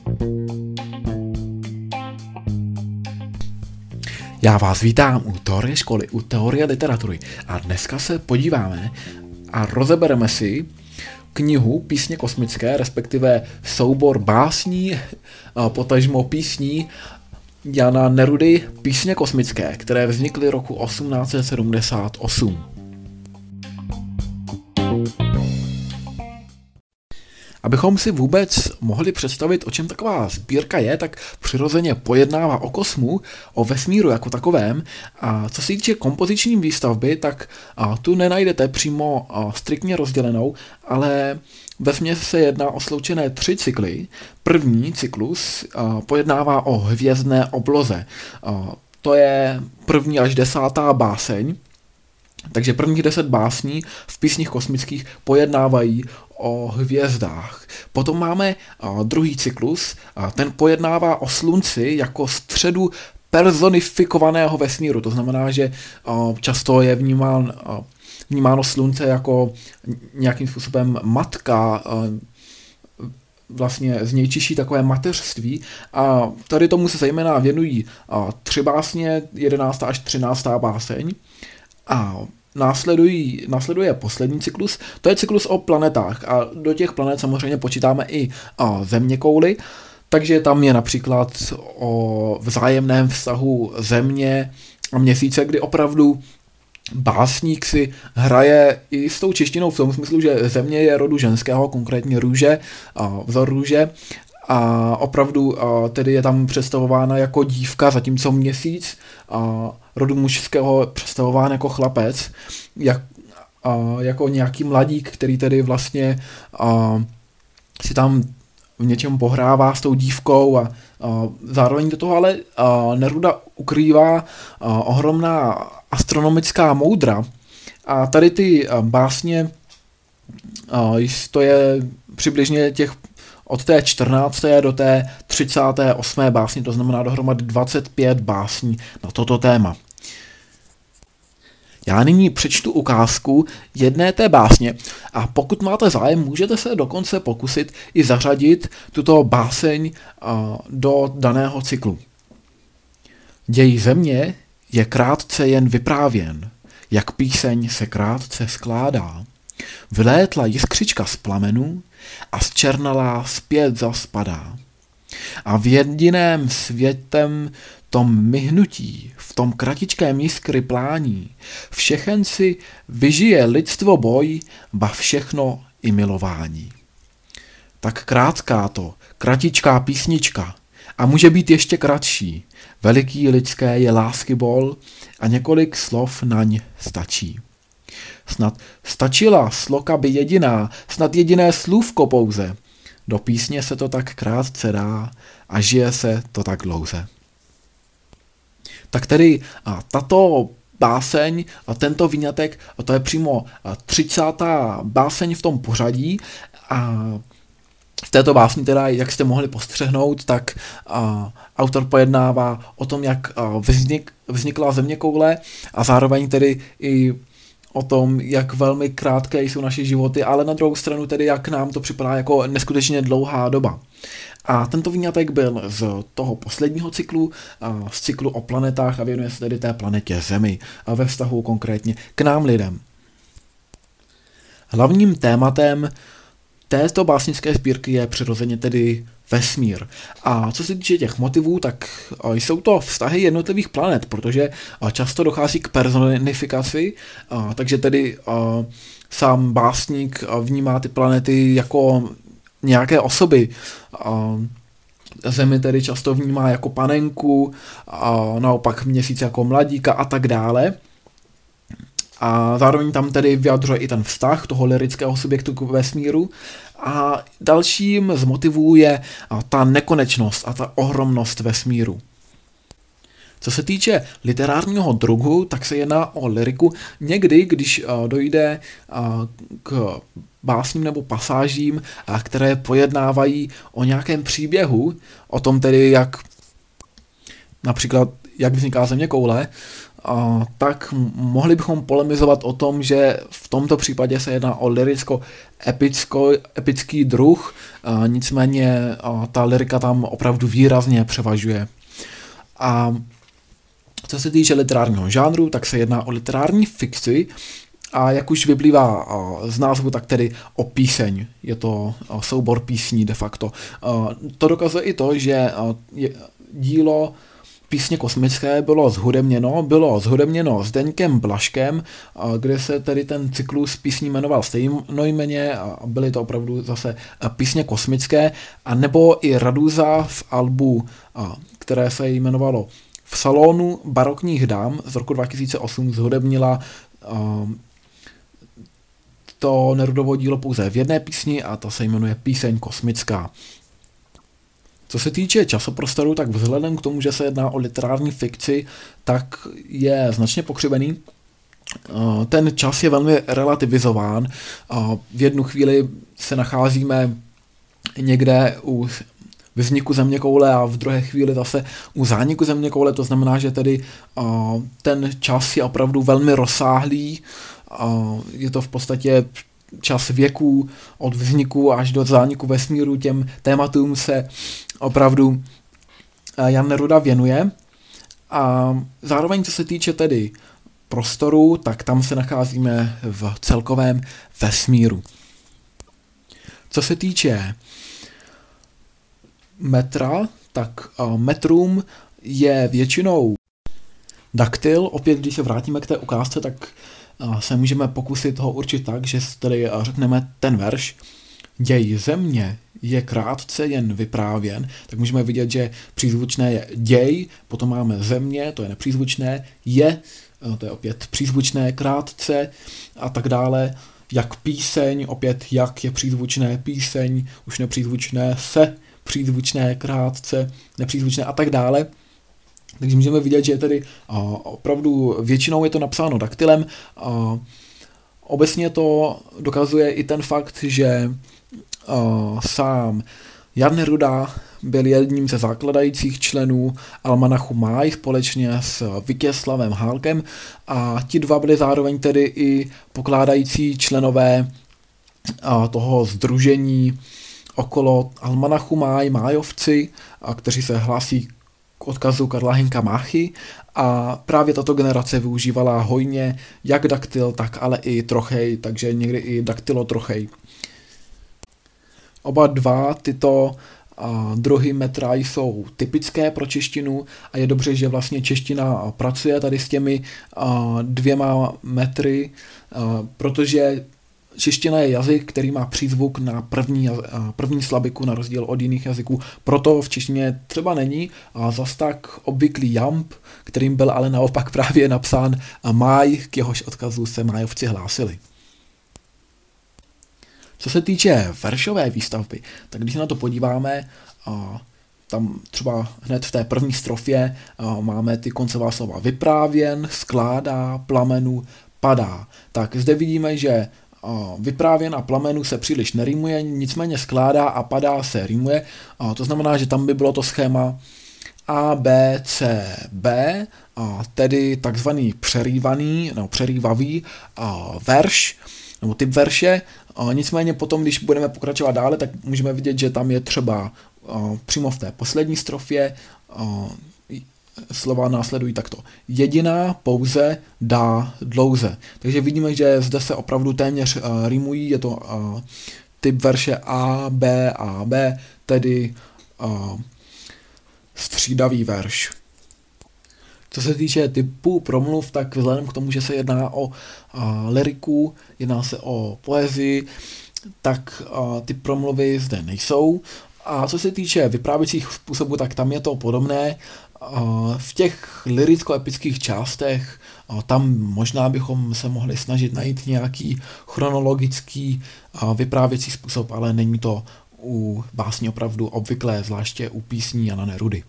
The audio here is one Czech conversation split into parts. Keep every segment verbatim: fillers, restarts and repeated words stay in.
Já vás vítám u Teorie školy, u Teorie literatury a dneska se podíváme a rozebereme si knihu Písně kosmické, respektive soubor básní, potažmo písní Jana Nerudy Písně kosmické, které vznikly roku osmnáct set sedmdesát osm. Abychom si vůbec mohli představit, o čem taková sbírka je, tak přirozeně pojednává o kosmu, o vesmíru jako takovém. A co se týče kompoziční výstavby, tak tu nenajdete přímo striktně rozdělenou, ale vesměs se jedná o sloučené tři cykly. První cyklus pojednává o hvězdné obloze. To je první až desátá báseň. Takže prvních deset básní v Písních kosmických pojednávají o hvězdách. Potom máme uh, druhý cyklus, uh, ten pojednává o slunci jako středu personifikovaného vesmíru. To znamená, že uh, často je vnímán, uh, vnímáno slunce jako nějakým způsobem matka, uh, vlastně z něj čiší takové mateřství. A tady tomu se zejména věnují uh, tři básně, jedenáctá až třináctá báseň. A Následují, následuje poslední cyklus, to je cyklus o planetách a do těch planet samozřejmě počítáme i a, zeměkouly, takže tam je například o vzájemném vztahu Země a Měsíce, kdy opravdu básník si hraje i s tou češtinou v tom smyslu, že Země je rodu ženského, konkrétně růže, a vzor růže, a opravdu a tedy je tam představována jako dívka, zatímco Měsíc a rodu mužského představován jako chlapec, jak, a, jako nějaký mladík, který tedy vlastně a, si tam v něčem pohrává s tou dívkou a, a zároveň do toho ale a, Neruda ukrývá a, ohromná astronomická moudra a tady ty a, básně a, to je přibližně těch od té čtrnácté do té třicáté osmé básně, to znamená dohromady dvacet pět básní na toto téma. Já nyní přečtu ukázku jedné té básně a pokud máte zájem, můžete se dokonce pokusit i zařadit tuto báseň do daného cyklu. Děj Země je krátce jen vyprávěn, jak píseň se krátce skládá. Vylétla jiskřička z plamenů a zčernalá zpět zaspadá. A v jediném světem tom myhnutí, v tom kratičkém jiskry plání, všechen si vyžije lidstvo boj, ba všechno i milování. Tak krátká to, kratičká písnička, a může být ještě kratší. Veliký lidské je lásky bol a několik slov naň stačí. Snad stačila sloka by jediná, snad jediné slůvko pouze. Do písně se to tak krátce dá a žije se to tak dlouze. Tak tedy a tato báseň a tento výňatek, a to je přímo třicátá báseň v tom pořadí a v této básni teda, jak jste mohli postřehnout, tak a, autor pojednává o tom, jak a, vznik, vznikla zeměkoule a zároveň tedy i o tom, jak velmi krátké jsou naše životy, ale na druhou stranu tedy, jak nám to připadá jako neskutečně dlouhá doba. A tento výňatek byl z toho posledního cyklu, z cyklu o planetách a věnuje se tedy té planetě Zemi a ve vztahu konkrétně k nám lidem. Hlavním tématem této básnické sbírky je přirozeně tedy vesmír. A co se týče těch motivů, tak jsou to vztahy jednotlivých planet, protože často dochází k personifikaci, takže tedy sám básník vnímá ty planety jako nějaké osoby. Zemi tedy často vnímá jako panenku, a naopak Měsíc jako mladíka a tak dále. A zároveň tam tedy vyjadřuje i ten vztah toho lyrického subjektu k vesmíru. A dalším z motivů je ta nekonečnost a ta ohromnost vesmíru. Co se týče literárního druhu, tak se jedná o lyriku. Někdy, když dojde k básním nebo pasážím, které pojednávají o nějakém příběhu, o tom tedy, jak například, jak vzniká zeměkoule, tak mohli bychom polemizovat o tom, že v tomto případě se jedná o lyricko-epický druh, nicméně ta lyrika tam opravdu výrazně převažuje. A co se týče literárního žánru, tak se jedná o literární fikci a jak už vyplývá z názvu, tak tedy o píseň. Je to soubor písní de facto. To dokazuje i to, že dílo Písně kosmické bylo zhudebněno, bylo zhudebněno Zdeňkem Blažkem, kde se tedy ten cyklus písní jmenoval stejnojmenně a byly to opravdu zase Písně kosmické, a nebo i Raduza v albu, které se jmenovalo V salonu barokních dám z roku dva tisíce osm zhudebnila to Nerudovo dílo pouze v jedné písni a ta se jmenuje Píseň kosmická. Co se týče časoprostoru, tak vzhledem k tomu, že se jedná o literární fikci, tak je značně pokřivený. Ten čas je velmi relativizován. V jednu chvíli se nacházíme někde u vzniku zeměkoule a v druhé chvíli zase u zániku zeměkoule. To znamená, že tedy ten čas je opravdu velmi rozsáhlý. Je to v podstatě čas věků od vzniku až do zániku vesmíru. Těm tématům se opravdu Jan Neruda věnuje. A zároveň, co se týče tedy prostoru, tak tam se nacházíme v celkovém vesmíru. Co se týče metra, tak metrum je většinou daktyl. Opět, když se vrátíme k té ukázce, tak se můžeme pokusit ho určit tak, že tedy řekneme ten verš. Děj země je krátce jen vyprávěn, tak můžeme vidět, že přízvučné je děj, potom máme země, to je nepřízvučné, je, to je opět přízvučné, krátce a tak dále, jak píseň, opět jak je přízvučné, píseň, už nepřízvučné, se, přízvučné, krátce, nepřízvučné a tak dále. Takže můžeme vidět, že je tedy uh, opravdu většinou je to napsáno daktylem. Uh, obecně to dokazuje i ten fakt, že uh, sám Jan Neruda byl jedním ze zakladajících členů Almanachu Máj společně s Vítězslavem Hálkem a ti dva byli zároveň tedy i pokládající členové uh, toho sdružení okolo Almanachu Máj, májovci, uh, kteří se hlásí k odkazu Karla Hynka Máchy a právě tato generace využívala hojně jak daktyl, tak ale i trochej, takže někdy i daktylotrochej. Oba dva tyto a, druhy metra jsou typické pro češtinu a je dobře, že vlastně čeština pracuje tady s těmi a, dvěma metry, a, protože čeština je jazyk, který má přízvuk na první, první slabiku na rozdíl od jiných jazyků. Proto v češtině třeba není a zas tak obvyklý jamb, kterým byl ale naopak právě napsán máj, k jehož odkazu se májovci hlásili. Co se týče veršové výstavby, tak když se na to podíváme, tam třeba hned v té první strofě máme ty koncová slova vyprávěn, skládá, plamenu, padá. Tak zde vidíme, že vyprávěn a plamenu se příliš nerýmuje, nicméně skládá a padá se rýmuje. To znamená, že tam by bylo to schéma A, B, C, B, tedy takzvaný přerývaný, nebo přerývavý verš, nebo typ verše. Nicméně potom, když budeme pokračovat dále, tak můžeme vidět, že tam je třeba přímo v té poslední strofě slova následují takto. Jediná, pouze, dá, dlouze. Takže vidíme, že zde se opravdu téměř uh, rýmují, je to uh, typ verše A, B, A, B, tedy uh, střídavý verš. Co se týče typu promluv, tak vzhledem k tomu, že se jedná o uh, lyriku, jedná se o poezii, tak uh, ty promluvy zde nejsou. A co se týče vyprávěcích způsobů, tak tam je to podobné. V těch lyricko-epických částech tam možná bychom se mohli snažit najít nějaký chronologický vyprávěcí způsob, ale není to u básní opravdu obvyklé, zvláště u písní Jana Nerudy.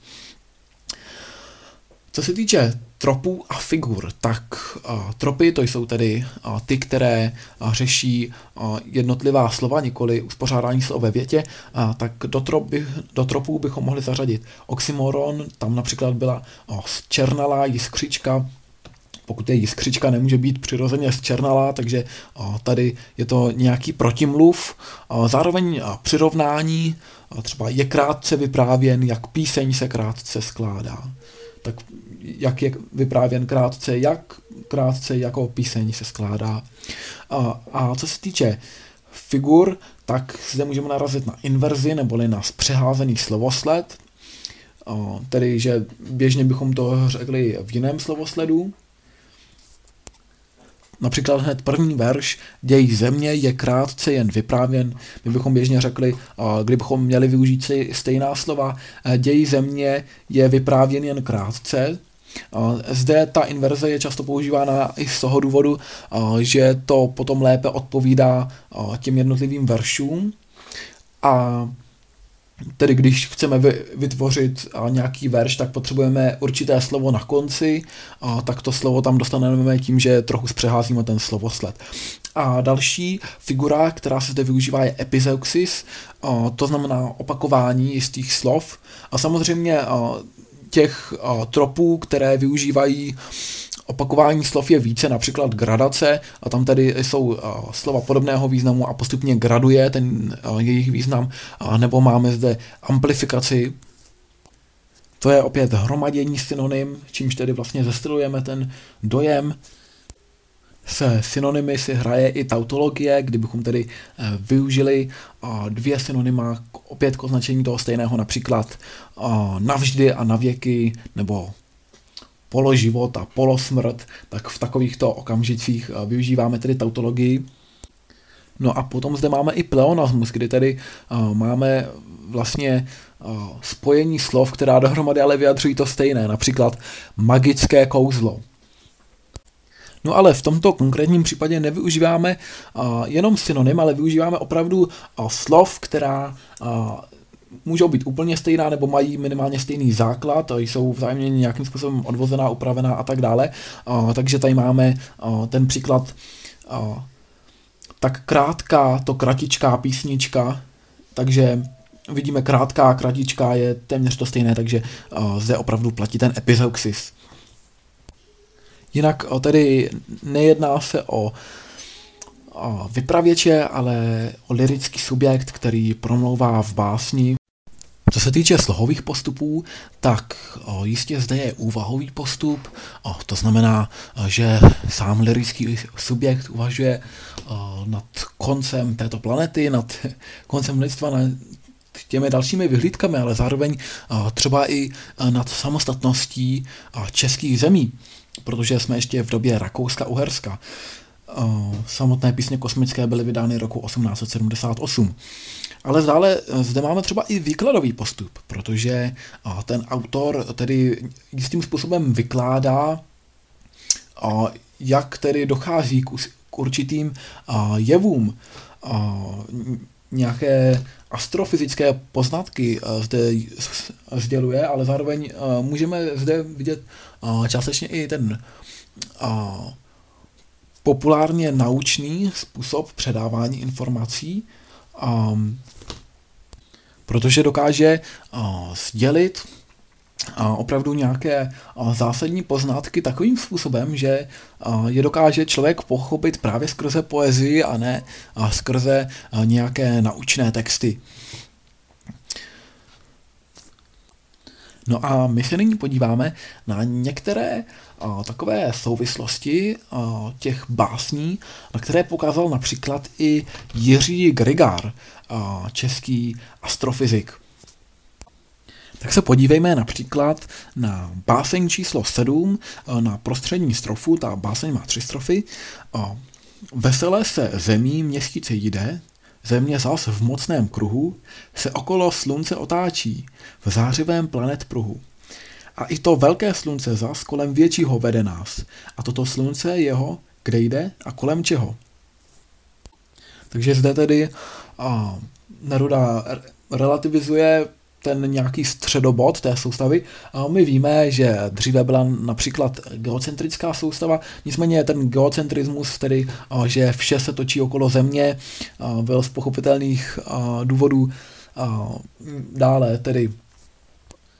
Co se týče tropů a figur, tak uh, tropy to jsou tedy uh, ty, které uh, řeší uh, jednotlivá slova, nikoli uspořádání slov ve větě, uh, tak do, trop by, do tropů bychom mohli zařadit oxymoron, tam například byla uh, černalá jiskřička, pokud je jiskřička, nemůže být přirozeně zčernalá, takže tady je to nějaký protimluv. Zároveň přirovnání, třeba je krátce vyprávěn, jak píseň se krátce skládá. Tak jak je vyprávěn krátce, jak krátce jako píseň se skládá. A, a co se týče figur, tak zde můžeme narazit na inverzi neboli na zpřeházený slovosled, tedy že běžně bychom to řekli v jiném slovosledu. Například hned první verš, děj země je krátce jen vyprávěn. My bychom běžně řekli, kdybychom měli využít stejná slova, děj země je vyprávěn jen krátce. Zde ta inverze je často používána i z toho důvodu, že to potom lépe odpovídá těm jednotlivým veršům. A tedy když chceme vytvořit nějaký verš, tak potřebujeme určité slovo na konci, tak to slovo tam dostaneme tím, že trochu zpřeházíme ten slovosled. A další figura, která se zde využívá, je epizeuxis, to znamená opakování jistých slov. A samozřejmě těch tropů, které využívají opakování slov, je více, například gradace, a tam tedy jsou slova podobného významu a postupně graduje ten jejich význam, nebo máme zde amplifikaci. To je opět hromadění synonym, čímž tedy vlastně zestylujeme ten dojem. Se synonymy si hraje i tautologie, kdybychom tedy využili dvě synonyma opět k označení toho stejného, například navždy a navěky, nebo položivot a polosmrt, tak v takovýchto okamžicích využíváme tedy tautologii. No a potom zde máme i pleonasmus, kdy tedy máme vlastně spojení slov, která dohromady ale vyjadřují to stejné, například magické kouzlo. No ale v tomto konkrétním případě nevyužíváme uh, jenom synonym, ale využíváme opravdu uh, slov, která uh, můžou být úplně stejná nebo mají minimálně stejný základ, jsou vzájemně nějakým způsobem odvozená, upravená a tak dále. Uh, takže tady máme uh, ten příklad uh, tak krátká, to kratičká písnička, takže vidíme krátká, kratičká je téměř to stejné, takže uh, zde opravdu platí ten epizeuxis. Jinak tedy nejedná se o, o vypravěče, ale o lyrický subjekt, který promlouvá v básni. Co se týče slohových postupů, tak o, jistě zde je úvahový postup, o, to znamená, že sám lyrický subjekt uvažuje o, nad koncem této planety, nad koncem lidstva, nad těmi dalšími vyhlídkami, ale zároveň o, třeba i nad samostatností o, českých zemí, protože jsme ještě v době Rakouska-Uherska. Samotné písně kosmické byly vydány roku osmnáct set sedmdesát osm. Ale dále zde máme třeba i výkladový postup, protože ten autor tedy jistým způsobem vykládá, jak tedy dochází k určitým jevům, nějaké astrofyzické poznatky zde sděluje, ale zároveň můžeme zde vidět částečně i ten populárně naučný způsob předávání informací, protože dokáže sdělit opravdu nějaké zásadní poznatky takovým způsobem, že je dokáže člověk pochopit právě skrze poezii a ne skrze nějaké naučné texty. No a my se nyní podíváme na některé a, takové souvislosti a, těch básní, na které pokázal například i Jiří Grigár, a, český astrofyzik. Tak se podívejme například na báseň číslo sedm, na prostřední strofu, ta báseň má tři strofy. A, veselé se zemí měsíce jde, země zas v mocném kruhu se okolo slunce otáčí v zářivém planet pruhu. A i to velké slunce zas kolem většího vede nás. A toto slunce jeho, kde jde a kolem čeho. Takže zde tedy a, Neruda relativizuje ten nějaký středobod té soustavy. A my víme, že dříve byla například geocentrická soustava, nicméně ten geocentrismus, tedy že vše se točí okolo země, byl z pochopitelných důvodů dále tedy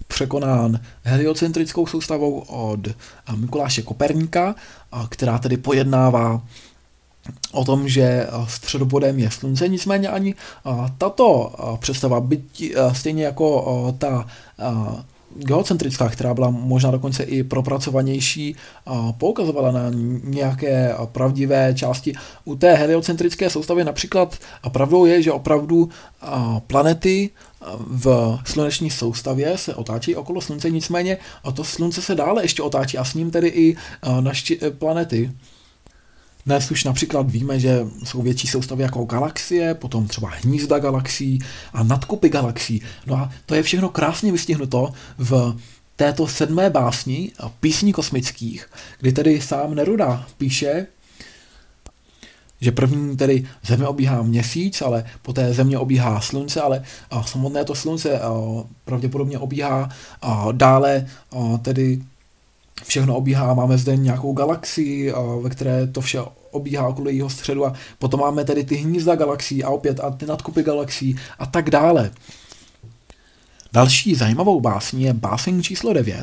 překonán heliocentrickou soustavou od Mikuláše Koperníka, která tedy pojednává o tom, že středobodem je Slunce, nicméně ani tato představa, byť stejně jako ta geocentrická, která byla možná dokonce i propracovanější, poukazovala na nějaké pravdivé části. U té heliocentrické soustavy například a pravdou je, že opravdu planety v sluneční soustavě se otáčí okolo Slunce, nicméně to Slunce se dále ještě otáčí a s ním tedy i naše planety. Dnes už například víme, že jsou větší soustavy jako galaxie, potom třeba hnízda galaxií a nadkupy galaxií. No a to je všechno krásně vystihnuto v této sedmé básni Písní kosmických, kdy tedy sám Neruda píše, že první tedy Země obíhá Měsíc, ale poté Země obíhá Slunce, ale samotné to Slunce pravděpodobně obíhá dále tedy všechno obíhá, máme zde nějakou galaxii, ve které to vše obíhá okolo jejího středu a potom máme tedy ty hnízda galaxií a opět a ty nadkupy galaxií a tak dále. Další zajímavou básní je báseň číslo devět.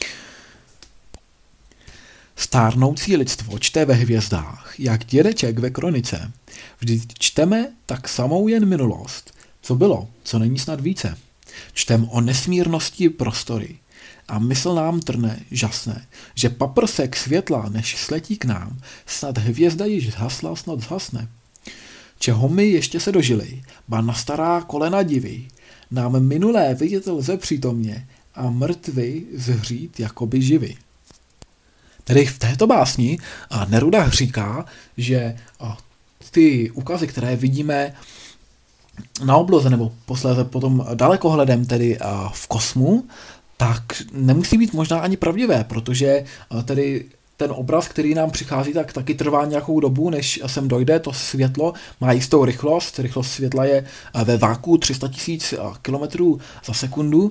Stárnoucí lidstvo čte ve hvězdách, jak dědeček ve kronice. Vždyť čteme tak samou jen minulost. Co bylo, co není snad více. Čtem o nesmírnosti prostory. A mysl nám trne, žasne, že paprsek světla, než sletí k nám, snad hvězda již zhasla, snad zhasne. Čeho my ještě se dožili, ba na stará kolena diví, nám minulé vidět lze přítomně a mrtvy zhřít jakoby živi. Tedy v této básni Neruda říká, že ty ukazy, které vidíme na obloze nebo posléze potom dalekohledem, tedy v kosmu, tak nemusí být možná ani pravdivé, protože tedy ten obraz, který nám přichází, tak taky trvá nějakou dobu, než sem dojde. To světlo má jistou rychlost. Rychlost světla je ve váku tři sta tisíc kilometrů za sekundu.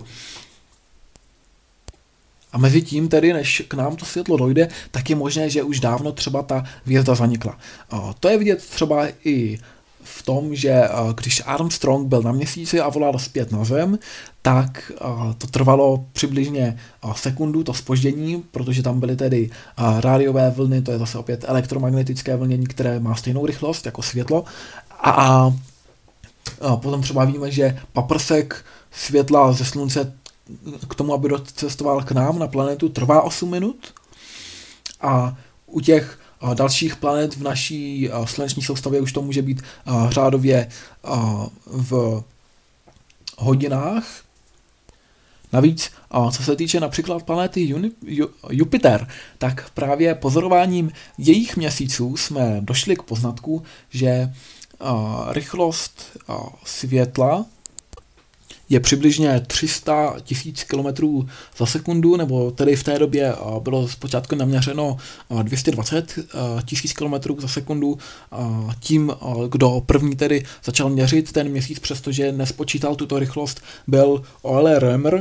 A mezi tím tedy, než k nám to světlo dojde, tak je možné, že už dávno třeba ta hvězda zanikla. To je vidět třeba i v tom, že když Armstrong byl na Měsíci a volal zpět na Zem, tak to trvalo přibližně sekundu, to zpoždění, protože tam byly tedy rádiové vlny, to je zase opět elektromagnetické vlnění, které má stejnou rychlost jako světlo. A, a, a potom třeba víme, že paprsek světla ze Slunce k tomu, aby docestoval k nám na planetu, trvá osm minut. A u těch dalších planet v naší sluneční soustavě už to může být řádově v hodinách. Navíc, co se týče například planety Jupiter, tak právě pozorováním jejich měsíců jsme došli k poznatku, že rychlost světla je přibližně tři sta tisíc kilometrů za sekundu, nebo tedy v té době bylo zpočátku naměřeno dvě stě dvacet tisíc kilometrů za sekundu. Tím, kdo první tedy začal měřit ten měsíc, přestože nespočítal tuto rychlost, byl Euler Römer.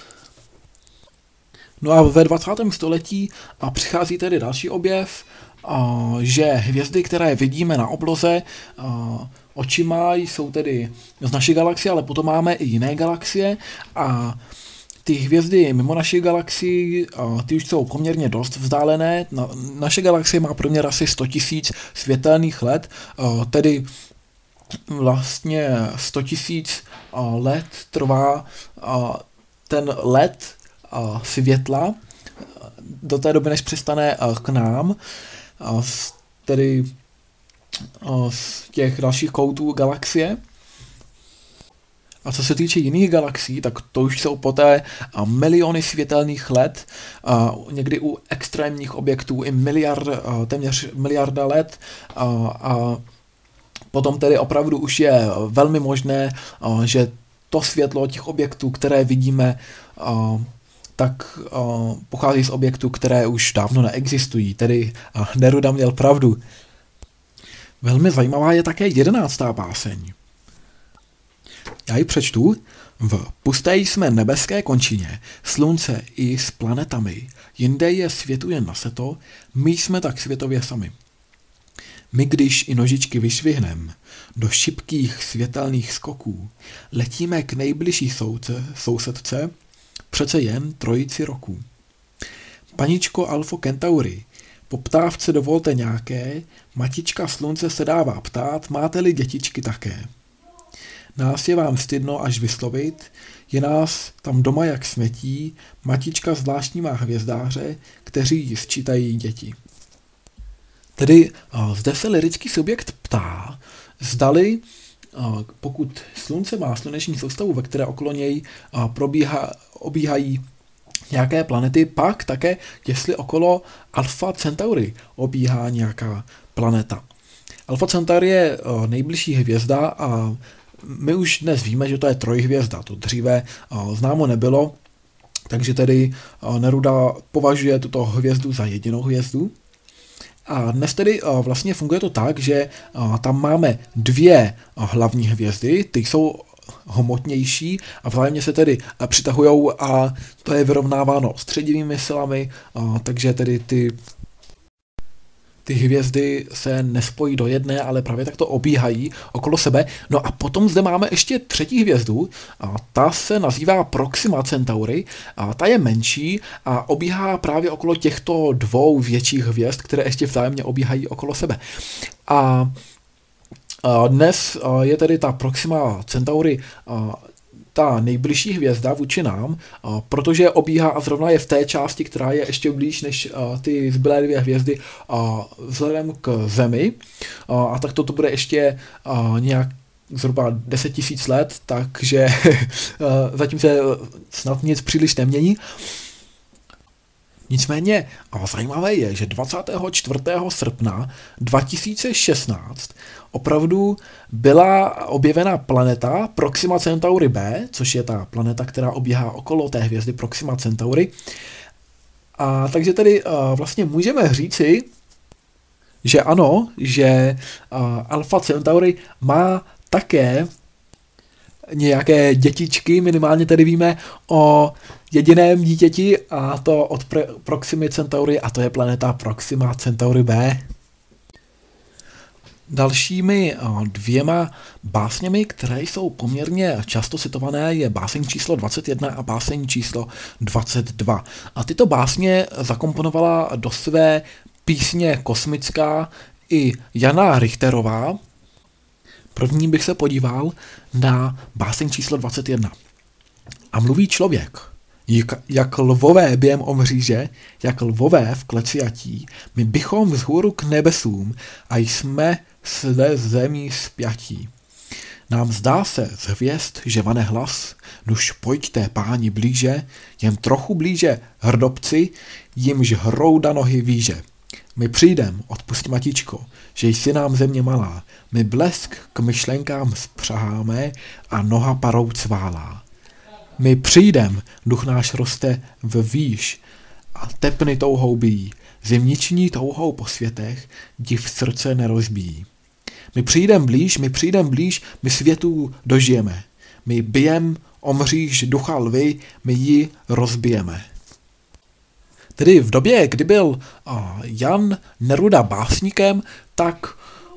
No a ve dvacátém století přichází tedy další objev, že hvězdy, které vidíme na obloze očima, jsou tedy z naší galaxie, ale potom máme i jiné galaxie a ty hvězdy mimo naší galaxii, ty už jsou poměrně dost vzdálené. Na, naše galaxie má průměr asi sto tisíc světelných let, tedy vlastně sto tisíc let trvá ten let světla do té doby, než přistane k nám, tedy z těch dalších koutů galaxie. A co se týče jiných galaxií, tak to už jsou poté miliony světelných let, někdy u extrémních objektů i miliard, téměř miliarda let. A potom tedy opravdu už je velmi možné, že to světlo těch objektů, které vidíme, tak pochází z objektů, které už dávno neexistují. Tedy Neruda měl pravdu. Velmi zajímavá je také jedenáctá báseň. Já ji přečtu. V pusté jsme nebeské končině, slunce i s planetami, jinde je světu jen naseto, my jsme tak světově sami. My když i nožičky vyšvihnem do šipkých světelných skoků, letíme k nejbližší souce, sousedce, přece jen trojici roků. Paničko Alfo Centauri, po ptávce dovolte nějaké, matička slunce se dává ptát, máte-li dětičky také. Nás je vám stydno až vyslovit, je nás tam doma jak smetí, matička zvláštní má hvězdáře, kteří ji sčítají děti. Tedy zde se lyrický subjekt ptá, zdali, pokud slunce má sluneční soustavu, ve které okolo něj probíhá, obíhají nějaké planety, pak také, jestli okolo Alfa Centauri obíhá nějaká planeta. Alfa Centauri je nejbližší hvězda a my už dnes víme, že to je trojhvězda, to dříve známo nebylo, takže tedy Neruda považuje tuto hvězdu za jedinou hvězdu. A dnes tedy vlastně funguje to tak, že tam máme dvě hlavní hvězdy, ty jsou hmotnější a vzájemně se tedy přitahujou a to je vyrovnáváno středivými silami, takže tedy ty Ty hvězdy se nespojí do jedné, ale právě takto obíhají okolo sebe. No a potom zde máme ještě třetí hvězdu, a ta se nazývá Proxima Centauri, a ta je menší a obíhá právě okolo těchto dvou větších hvězd, které ještě vzájemně obíhají okolo sebe. A dnes je tedy ta Proxima Centauri ta nejbližší hvězda vůči nám, protože obíhá a zrovna je v té části, která je ještě blíž než ty zbylé dvě hvězdy vzhledem k Zemi. A tak toto bude ještě nějak zhruba deset tisíc let, takže zatím se snad nic příliš nemění. Nicméně zajímavé je, že dvacátého čtvrtého srpna dva tisíce šestnáct opravdu byla objevena planeta Proxima Centauri B, což je ta planeta, která obíhá okolo té hvězdy Proxima Centauri. A takže tedy vlastně můžeme říci, že ano, že Alfa Centauri má také nějaké dětičky, minimálně tedy víme o jediném dítěti a to od Proximy Centauri a to je planeta Proxima Centauri B. Dalšími dvěma básněmi, které jsou poměrně často citované, je báseň číslo dvacet jedna a báseň číslo dvacet dva. A tyto básně zakomponovala do své písně Kosmická i Jana Richterová. První bych se podíval na báseň číslo dvacet jedna. A mluví člověk, jak, jak lvové během o mříže, jak lvové v kleciatí, my bychom vzhůru k nebesům a jsme své zemí spjatí. Nám zdá se z hvězd, že vane hlas, nuž pojďte, páni, blíže, jen trochu blíže, hrdobci, jimž hrouda nohy výže. My přijdem, odpust matičko, že jsi nám země malá, my blesk k myšlenkám spřaháme a noha parou cválá. My přijdem, duch náš roste v výš a tepny touhou bíjí, zimniční touhou po světech div srdce nerozbíjí. My přijdem blíž, my přijdem blíž, my světů dožijeme. My bijem omříž ducha lvy, my ji rozbijeme. Tedy v době, kdy byl Jan Neruda básníkem, tak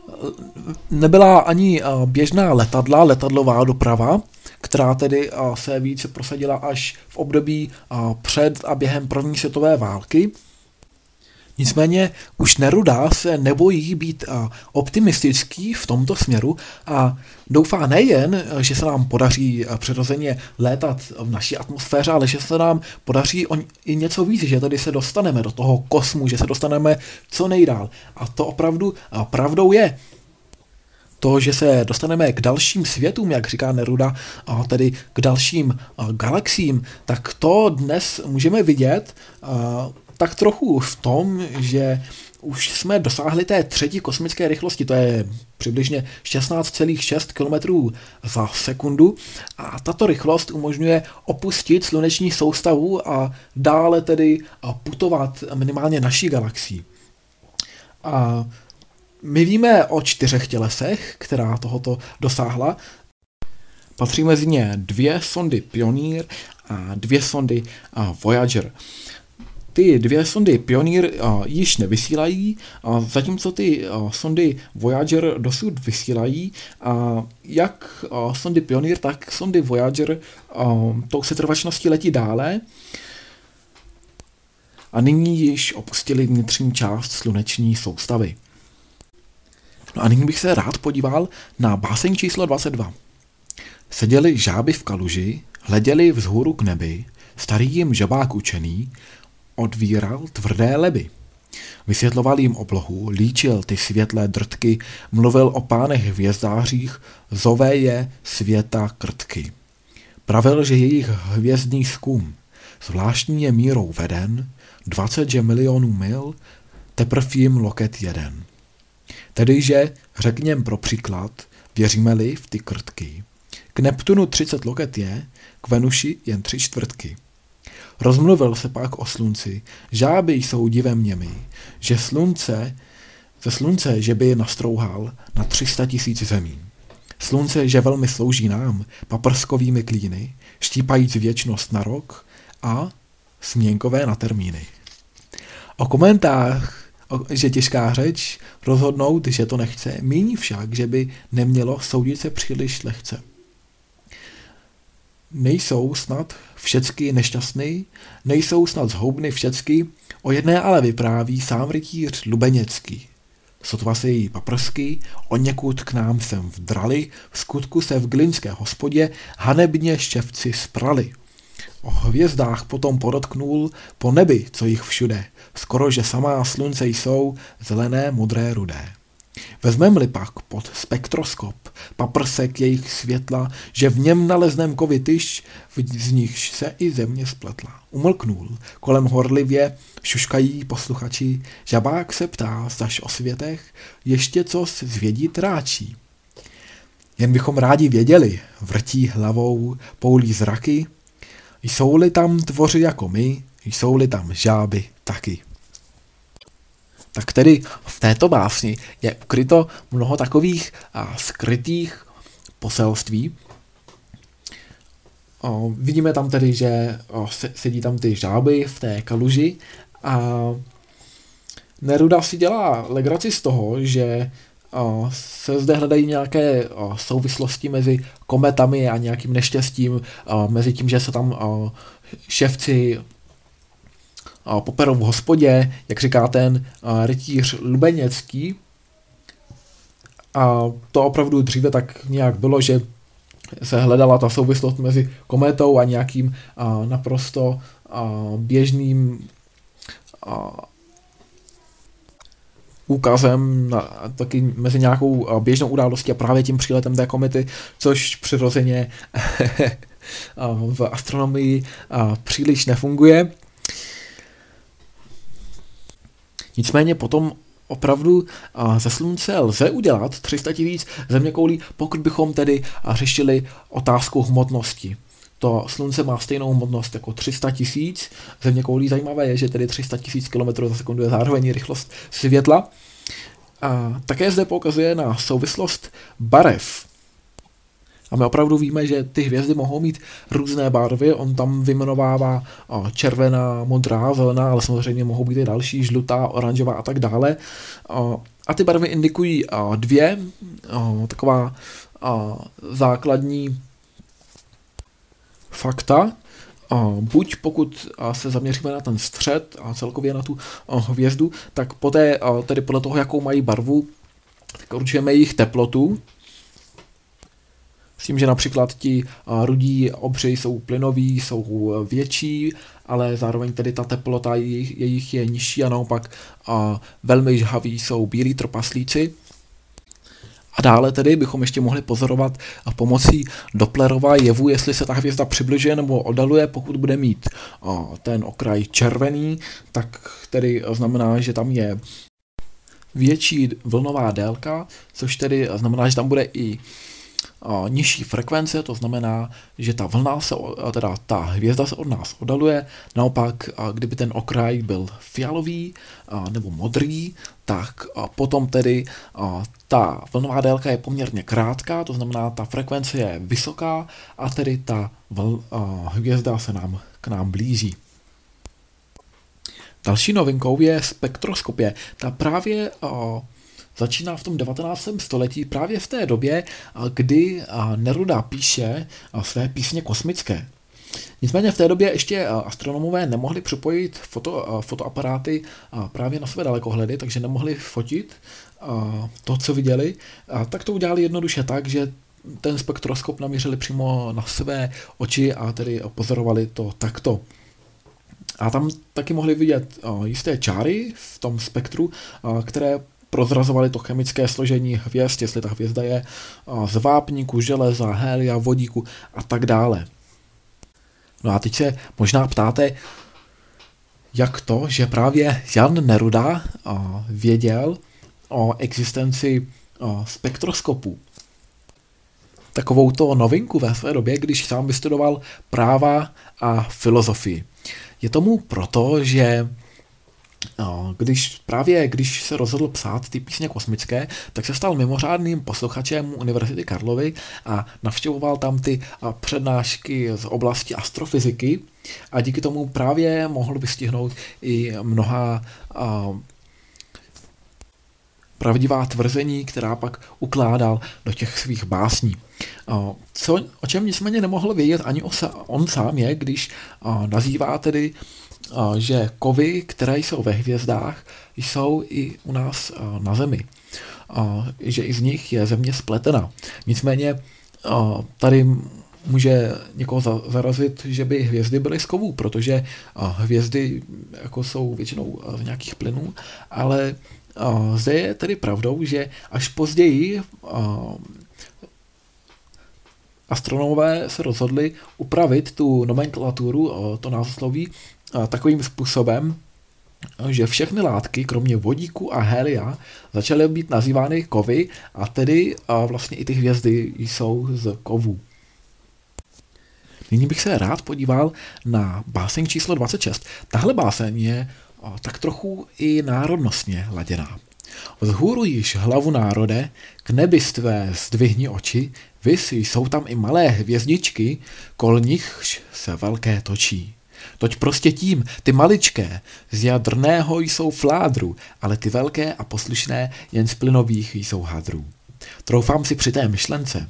nebyla ani běžná letadla, letadlová doprava, která tedy se více prosadila až v období před a během první světové války. Nicméně už Neruda se nebojí být optimistický v tomto směru a doufá nejen, že se nám podaří přirozeně létat v naší atmosféře, ale že se nám podaří i něco víc, že tady se dostaneme do toho kosmu, že se dostaneme co nejdál. A to opravdu pravdou je. To, že se dostaneme k dalším světům, jak říká Neruda, tedy k dalším galaxiím, tak to dnes můžeme vidět tak trochu v tom, že už jsme dosáhli té třetí kosmické rychlosti, to je přibližně šestnáct celá šest kilometrů za sekundu a tato rychlost umožňuje opustit sluneční soustavu a dále tedy putovat minimálně naší galaxii. A my víme o čtyřech tělesech, která tohoto dosáhla. Patří mezi ně dvě sondy Pioneer a dvě sondy Voyager. ty dvě sondy Pioneer již nevysílají, zatímco ty sondy Voyager dosud vysílají. Jak sondy Pioneer, tak sondy Voyager tou setrvačností letí dále a nyní již opustili vnitřní část sluneční soustavy. No a nyní bych se rád podíval na báseň číslo dvacet dva. Seděli žáby v kaluži, hleděli vzhůru k nebi, starý jim žabák učený odvíral tvrdé leby. Vysvětloval jim oblohu, líčil ty světlé drtky, mluvil o pánech hvězdářích, zové je světa krtky. Pravil, že jejich hvězdný zkum zvláštní je mírou veden, dvacet že milionů mil, teprv jim loket jeden. Tedy, že řekněm pro příklad, věříme-li v ty krtky, k Neptunu třicet loket je, k Venuši jen tři čtvrtky. Rozmluvil se pak o slunci, žáby jsou divem němi, že slunce, ze slunce, že by je nastrouhal na tři sta tisíc zemí. Slunce, že velmi slouží nám paprskovými klíny, štípajíc věčnost na rok a směnkové na termíny. O komentář, že těžká řeč, rozhodnout, že to nechce, míní však, že by nemělo soudit se příliš lehce. Nejsou snad všecky nešťastný, nejsou snad zhoubny všecky, o jedné ale vypráví sám rytíř Lubeněcký. Sotva se její paprsky, o někud k nám sem vdrali, v skutku se v glinské hospodě hanebně štěvci sprali. O hvězdách potom podotknul, po nebi, co jich všude, skoro že samá slunce jsou, zelené, modré, rudé. Vezmem-li pak pod spektroskop paprsek jejich světla, že v něm naleznem kovy tyž, z nichž se i země spletla. Umlknul, kolem horlivě šuškají posluchači, žabák se ptá, zdaž o světech ještě co zvědit ráčí. Jen bychom rádi věděli, vrtí hlavou, poulí zraky, jsou-li tam tvoři jako my, jsou-li tam žáby taky. Tak tedy v této básni je ukryto mnoho takových a, skrytých poselství. O, vidíme tam tedy, že o, sedí tam ty žáby v té kaluži a Neruda si dělá legraci z toho, že o, se zde hledají nějaké o, souvislosti mezi kometami a nějakým neštěstím, o, mezi tím, že se tam o, ševci poperou v hospodě, jak říká ten rytíř Lubeněcký. A to opravdu dříve tak nějak bylo, že se hledala ta souvislost mezi kometou a nějakým a, naprosto a, běžným a, úkazem, na, taky mezi nějakou a, běžnou událostí a právě tím příletem té komety, což přirozeně v astronomii a, příliš nefunguje. Nicméně potom opravdu ze slunce lze udělat tři sta tisíc zeměkoulí, pokud bychom tedy řešili otázku hmotnosti. To slunce má stejnou hmotnost jako tři sta tisíc zeměkoulí. Zajímavé je, že tedy tři sta tisíc kilometrů za sekundu je zároveň rychlost světla. A také zde poukazuje na souvislost barev. A my opravdu víme, že ty hvězdy mohou mít různé barvy, on tam vyjmenovává červená, modrá, zelená, ale samozřejmě mohou být i další, žlutá, oranžová a tak dále. A ty barvy indikují dvě taková základní fakta. Buď pokud se zaměříme na ten střed a celkově na tu hvězdu, tak poté, tedy podle toho, jakou mají barvu, tak určujeme jejich teplotu. S tím, že například ti rudí obři jsou plynoví, jsou větší, ale zároveň tedy ta teplota jejich, jejich je nižší a naopak a velmi žhaví jsou bílí trpaslíci. A dále tedy bychom ještě mohli pozorovat pomocí Dopplerova jevu, jestli se ta hvězda přibližuje nebo oddaluje. Pokud bude mít ten okraj červený, tak tedy znamená, že tam je větší vlnová délka, což tedy znamená, že tam bude i nižší frekvence, to znamená, že ta vlna se, teda ta hvězda se od nás oddaluje. Naopak, kdyby ten okraj byl fialový nebo modrý, tak potom tedy ta vlnová délka je poměrně krátká, to znamená, ta frekvence je vysoká a tedy ta vl, hvězda se nám k nám blíží. Další novinkou je spektroskopie. Ta právě o, začíná v tom devatenáctém století, právě v té době, kdy Neruda píše své písně kosmické. Nicméně v té době ještě astronomové nemohli připojit foto, fotoaparáty právě na své dalekohledy, takže nemohli fotit to, co viděli. Tak to udělali jednoduše tak, že ten spektroskop namířili přímo na své oči a tedy pozorovali to takto. A tam taky mohli vidět jisté čáry v tom spektru, které prozrazovaly to chemické složení hvězd, jestli ta hvězda je z vápníku, železa, helia, vodíku a tak dále. No a teď se možná ptáte, jak to, že právě Jan Neruda věděl o existenci spektroskopu. Takovouto novinku ve své době, když sám vystudoval práva a filozofii. Je tomu proto, že když právě když se rozhodl psát ty písně kosmické, tak se stal mimořádným posluchačem Univerzity Karlovy a navštěvoval tam ty přednášky z oblasti astrofyziky a díky tomu právě mohl vystihnout i mnoha pravdivá tvrzení, která pak ukládal do těch svých básní. Co, o čem nicméně nemohl vědět ani on sám je, když nazývá tedy, že kovy, které jsou ve hvězdách, jsou i u nás na Zemi. Že i z nich je Země spletena. Nicméně tady může někoho zarazit, že by hvězdy byly z kovů, protože hvězdy jako jsou většinou z nějakých plynů, ale zde je tedy pravdou, že až později astronomové se rozhodli upravit tu nomenklaturu, to názvosloví, takovým způsobem, že všechny látky, kromě vodíku a helia, začaly být nazývány kovy a tedy vlastně i ty hvězdy jsou z kovů. Nyní bych se rád podíval na báseň číslo dvacet šest. Tahle báseň je tak trochu i národnostně laděná. Vzhůru již hlavu národe, k nebi tvé zdvihni oči, vys jsou tam i malé hvězdičky, kol nichž se velké točí. Toť prostě tím, ty maličké, z jadrného jsou fládru, ale ty velké a poslušné jen z plynových jsou hadrů. Troufám si při té myšlence.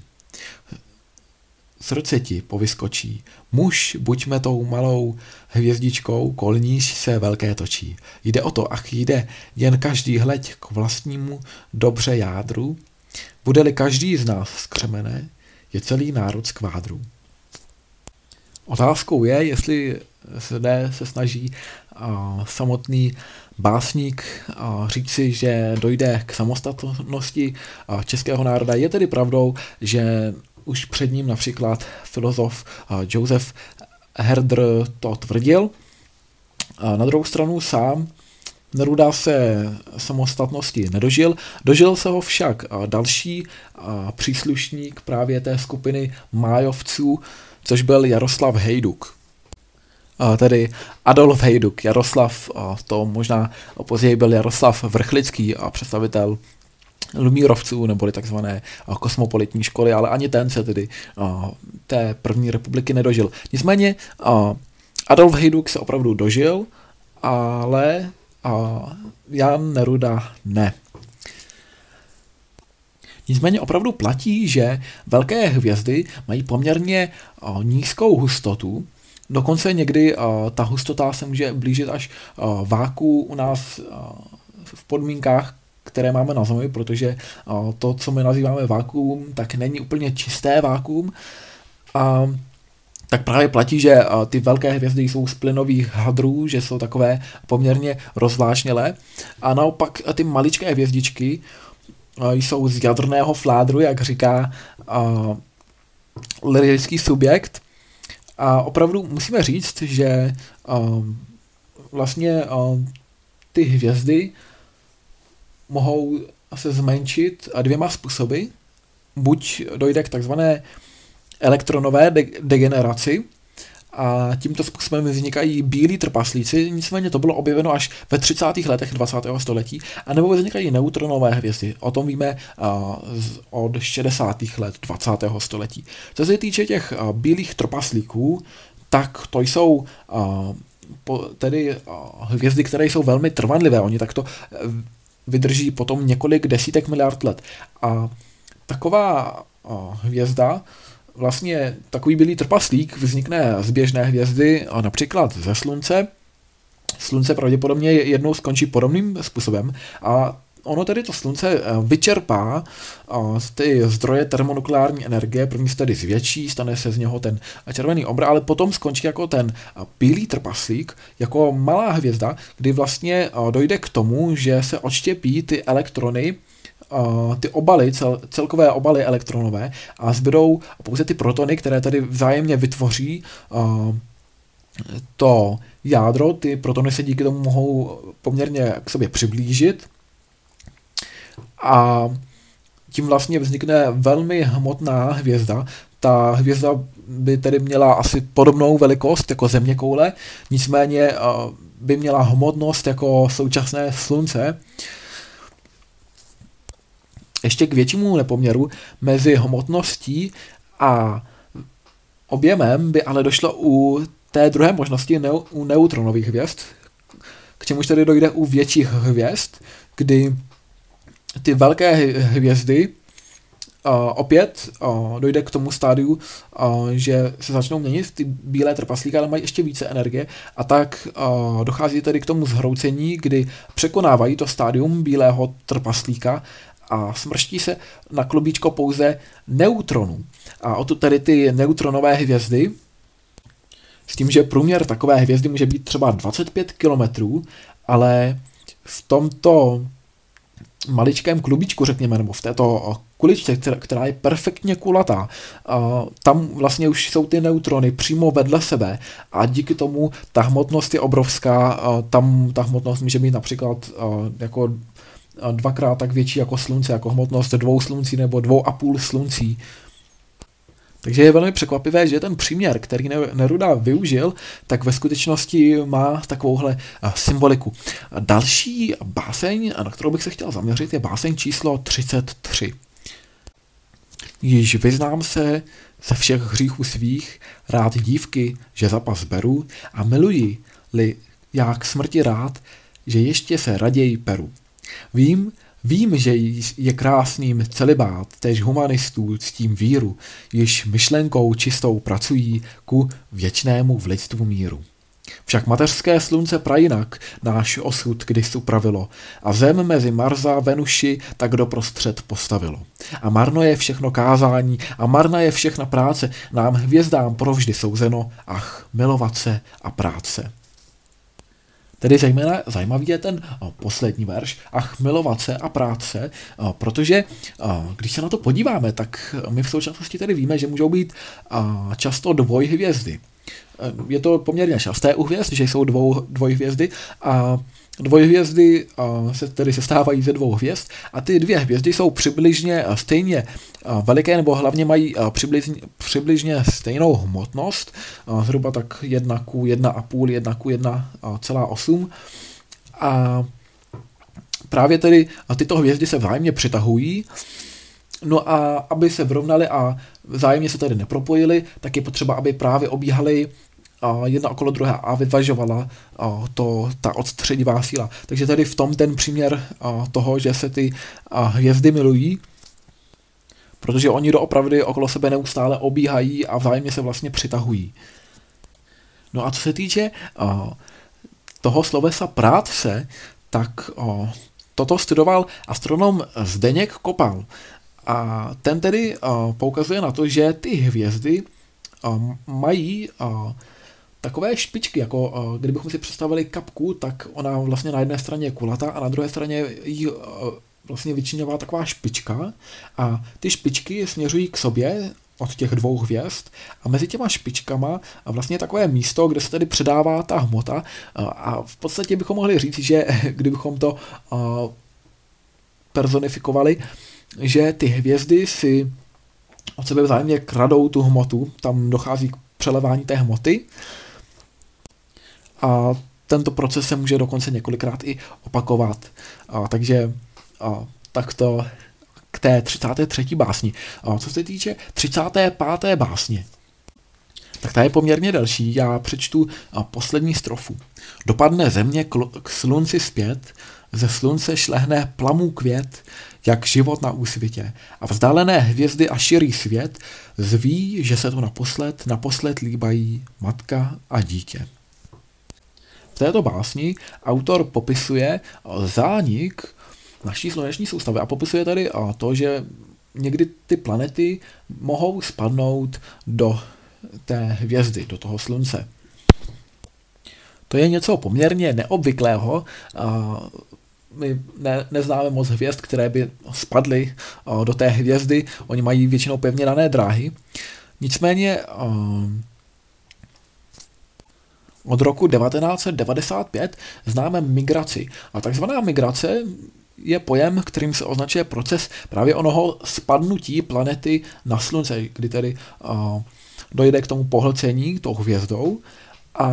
Srdce ti povyskočí, muž buďme tou malou hvězdičkou, kol níž se velké točí. Jde o to, ach jde, jen každý hleď k vlastnímu dobře jádru, bude-li každý z nás skřemené, je celý národ z kvádru. Otázkou je, jestli zde se snaží uh, samotný básník uh, říct si, že dojde k samostatnosti uh, českého národa. Je tedy pravdou, že už před ním například filozof uh, Joseph Herder to tvrdil. Uh, na druhou stranu sám Neruda se samostatnosti nedožil. Dožil se ho však uh, další uh, příslušník právě té skupiny májovců, což byl Jaroslav Hejduk. Uh, tedy Adolf Hejduk. Jaroslav, uh, to možná později byl Jaroslav Vrchlický, uh, představitel Lumírovců, neboli takzvané uh, kosmopolitní školy, ale ani ten se tedy uh, té první republiky nedožil. Nicméně uh, Adolf Hejduk se opravdu dožil, ale uh, Jan Neruda ne. Nicméně opravdu platí, že velké hvězdy mají poměrně uh, nízkou hustotu, dokonce někdy uh, ta hustota se může blížit až uh, váku u nás uh, v podmínkách, které máme na Zemi, protože uh, to, co my nazýváme vákuum, tak není úplně čisté vákuum. Uh, tak právě platí, že uh, ty velké hvězdy jsou z plynových hadrů, že jsou takové poměrně rozvláštnělé. A naopak ty maličké hvězdičky uh, jsou z jadrného fládru, jak říká uh, lyrický subjekt. A opravdu musíme říct, že uh, vlastně uh, ty hvězdy mohou se zmenšit dvěma způsoby. Buď dojde k takzvané elektronové de- degeneraci a tímto způsobem vznikají bílí trpaslíci, nicméně to bylo objeveno až ve třicátých letech dvacátého století, anebo vznikají neutronové hvězdy. O tom víme uh, z, od šedesátých let dvacátého století. Co se týče těch uh, bílých trpaslíků, tak to jsou uh, po, tedy hvězdy, které jsou velmi trvanlivé. Oni takto vydrží potom několik desítek miliard let. A taková hvězda, vlastně takový bílý trpaslík vznikne z běžné hvězdy, například ze Slunce. Slunce pravděpodobně jednou skončí podobným způsobem a ono tedy to Slunce vyčerpá ty zdroje termonukleární energie, první se tedy zvětší, stane se z něho ten červený obr, ale potom skončí jako ten bílý trpaslík, jako malá hvězda, kdy vlastně dojde k tomu, že se odštěpí ty elektrony, ty obaly, cel, celkové obaly elektronové a zbydou pouze ty protony, které tady vzájemně vytvoří to jádro. Ty protony se díky tomu mohou poměrně k sobě přiblížit a tím vlastně vznikne velmi hmotná hvězda. Ta hvězda by tedy měla asi podobnou velikost jako zeměkoule, nicméně by měla hmotnost jako současné Slunce. Ještě k většímu nepoměru mezi hmotností a objemem by ale došlo u té druhé možnosti neu, u neutronových hvězd, k čemuž tedy dojde u větších hvězd, kdy ty velké hvězdy uh, opět uh, dojde k tomu stádiu, uh, že se začnou měnit ty bílé trpaslíky, ale mají ještě více energie a tak uh, dochází tedy k tomu zhroucení, kdy překonávají to stádium bílého trpaslíka a smrští se na klubíčko pouze neutronů. A odtud tedy ty neutronové hvězdy, s tím, že průměr takové hvězdy může být třeba dvacet pět kilometrů, ale v tomto maličkém klubíčku, řekněme, nebo v této kuličce, která je perfektně kulatá, tam vlastně už jsou ty neutrony přímo vedle sebe a díky tomu ta hmotnost je obrovská, tam ta hmotnost může být například jako dvakrát tak větší jako Slunce, jako hmotnost dvou sluncí nebo dvou a půl sluncí. Takže je velmi překvapivé, že ten příměr, který Neruda využil, tak ve skutečnosti má takovouhle symboliku. Další báseň, na kterou bych se chtěl zaměřit, je báseň číslo třicet tři. Již vyznám se ze všech hříchů svých, rád dívky, že zapas beru a miluji-li já k smrti rád, že ještě se raději peru. Vím, Vím, že je krásným celibát, též humanistů s tím víru, již myšlenkou čistou pracují ku věčnému v lidstvu míru. Však mateřské slunce prajinak náš osud kdys upravilo a zem mezi Marsa Venuši tak doprostřed postavilo. A marno je všechno kázání a marna je všechna práce, nám hvězdám provždy souzeno, ach, milovat se a práce. Tedy zejména zajímavý je ten o, poslední verš, ach, milovat se a práce, o, protože o, když se na to podíváme, tak my v současnosti tedy víme, že můžou být o, často dvojhvězdy. Je to poměrně časté u hvězd, že jsou dvou, dvojhvězdy a dvojhvězdy o, se tedy sestávají ze dvou hvězd a ty dvě hvězdy jsou přibližně stejně veliké, nebo hlavně mají přibližně, přibližně stejnou hmotnost, zhruba tak jedna ku jedna a půl, jedna ku jedna celá osm. A právě tedy tyto hvězdy se vzájemně přitahují, no a aby se vyrovnaly a vzájemně se tedy nepropojily, tak je potřeba, aby právě obíhaly jedna okolo druhé a vyvažovala to, ta odstředivá síla. Takže tady v tom ten příměr toho, že se ty hvězdy milují, protože oni doopravdy okolo sebe neustále obíhají a vzájemně se vlastně přitahují. No a co se týče uh, toho slovesa prát se, tak uh, toto studoval astronom Zdeněk Kopal. A ten tedy uh, poukazuje na to, že ty hvězdy uh, mají uh, takové špičky, jako uh, kdybychom si představili kapku, tak ona vlastně na jedné straně je kulatá a na druhé straně jí uh, vlastně vyčiňová taková špička a ty špičky směřují k sobě od těch dvou hvězd a mezi těma špičkama vlastně je takové místo, kde se tedy předává ta hmota a v podstatě bychom mohli říct, že kdybychom to personifikovali, že ty hvězdy si od sebe vzájemně kradou tu hmotu, tam dochází k přelevání té hmoty a tento proces se může dokonce několikrát i opakovat. A, takže a, takto k té třicáté třetí básni. A, co se týče třicáté páté básně, Tak ta je poměrně delší, já přečtu poslední strofu. Dopadne země k slunci zpět, ze slunce šlehne plamů květ, jak život na úsvitě. A vzdálené hvězdy a širý svět zví, že se to naposled, naposled líbají matka a dítě. V této básni autor popisuje zánik naší sluneční soustavy a popisuje tady to, že někdy ty planety mohou spadnout do té hvězdy, do toho slunce. To je něco poměrně neobvyklého. My ne, neznáme moc hvězd, které by spadly do té hvězdy. Oni mají většinou pevně dané dráhy. Nicméně od roku devatenáct set devadesát pět známe migraci. A takzvaná migrace je pojem, kterým se označuje proces právě onoho spadnutí planety na slunce, kdy tedy uh, dojde k tomu pohlcení tou hvězdou. A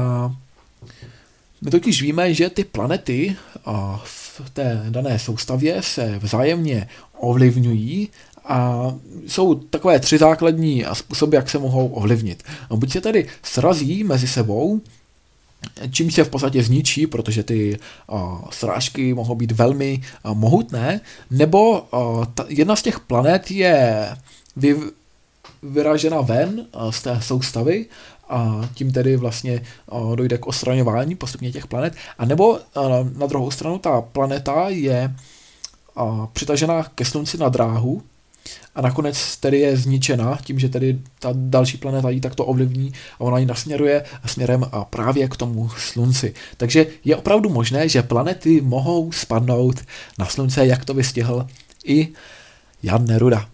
my totiž víme, že ty planety uh, v té dané soustavě se vzájemně ovlivňují a jsou takové tři základní způsoby, jak se mohou ovlivnit. Buď se tedy srazí mezi sebou, čím se v podstatě zničí, protože ty uh, srážky mohou být velmi uh, mohutné, nebo uh, ta, jedna z těch planet je vy, vyražena ven uh, z té soustavy a tím tedy vlastně uh, dojde k odstraňování postupně těch planet, a nebo uh, na druhou stranu ta planeta je uh, přitažena ke slunci na dráhu a nakonec tedy je zničena tím, že tedy ta další planeta ji takto ovlivní a ona ji nasměruje směrem a právě k tomu slunci. Takže je opravdu možné, že planety mohou spadnout na slunce, jak to vystihl i Jan Neruda.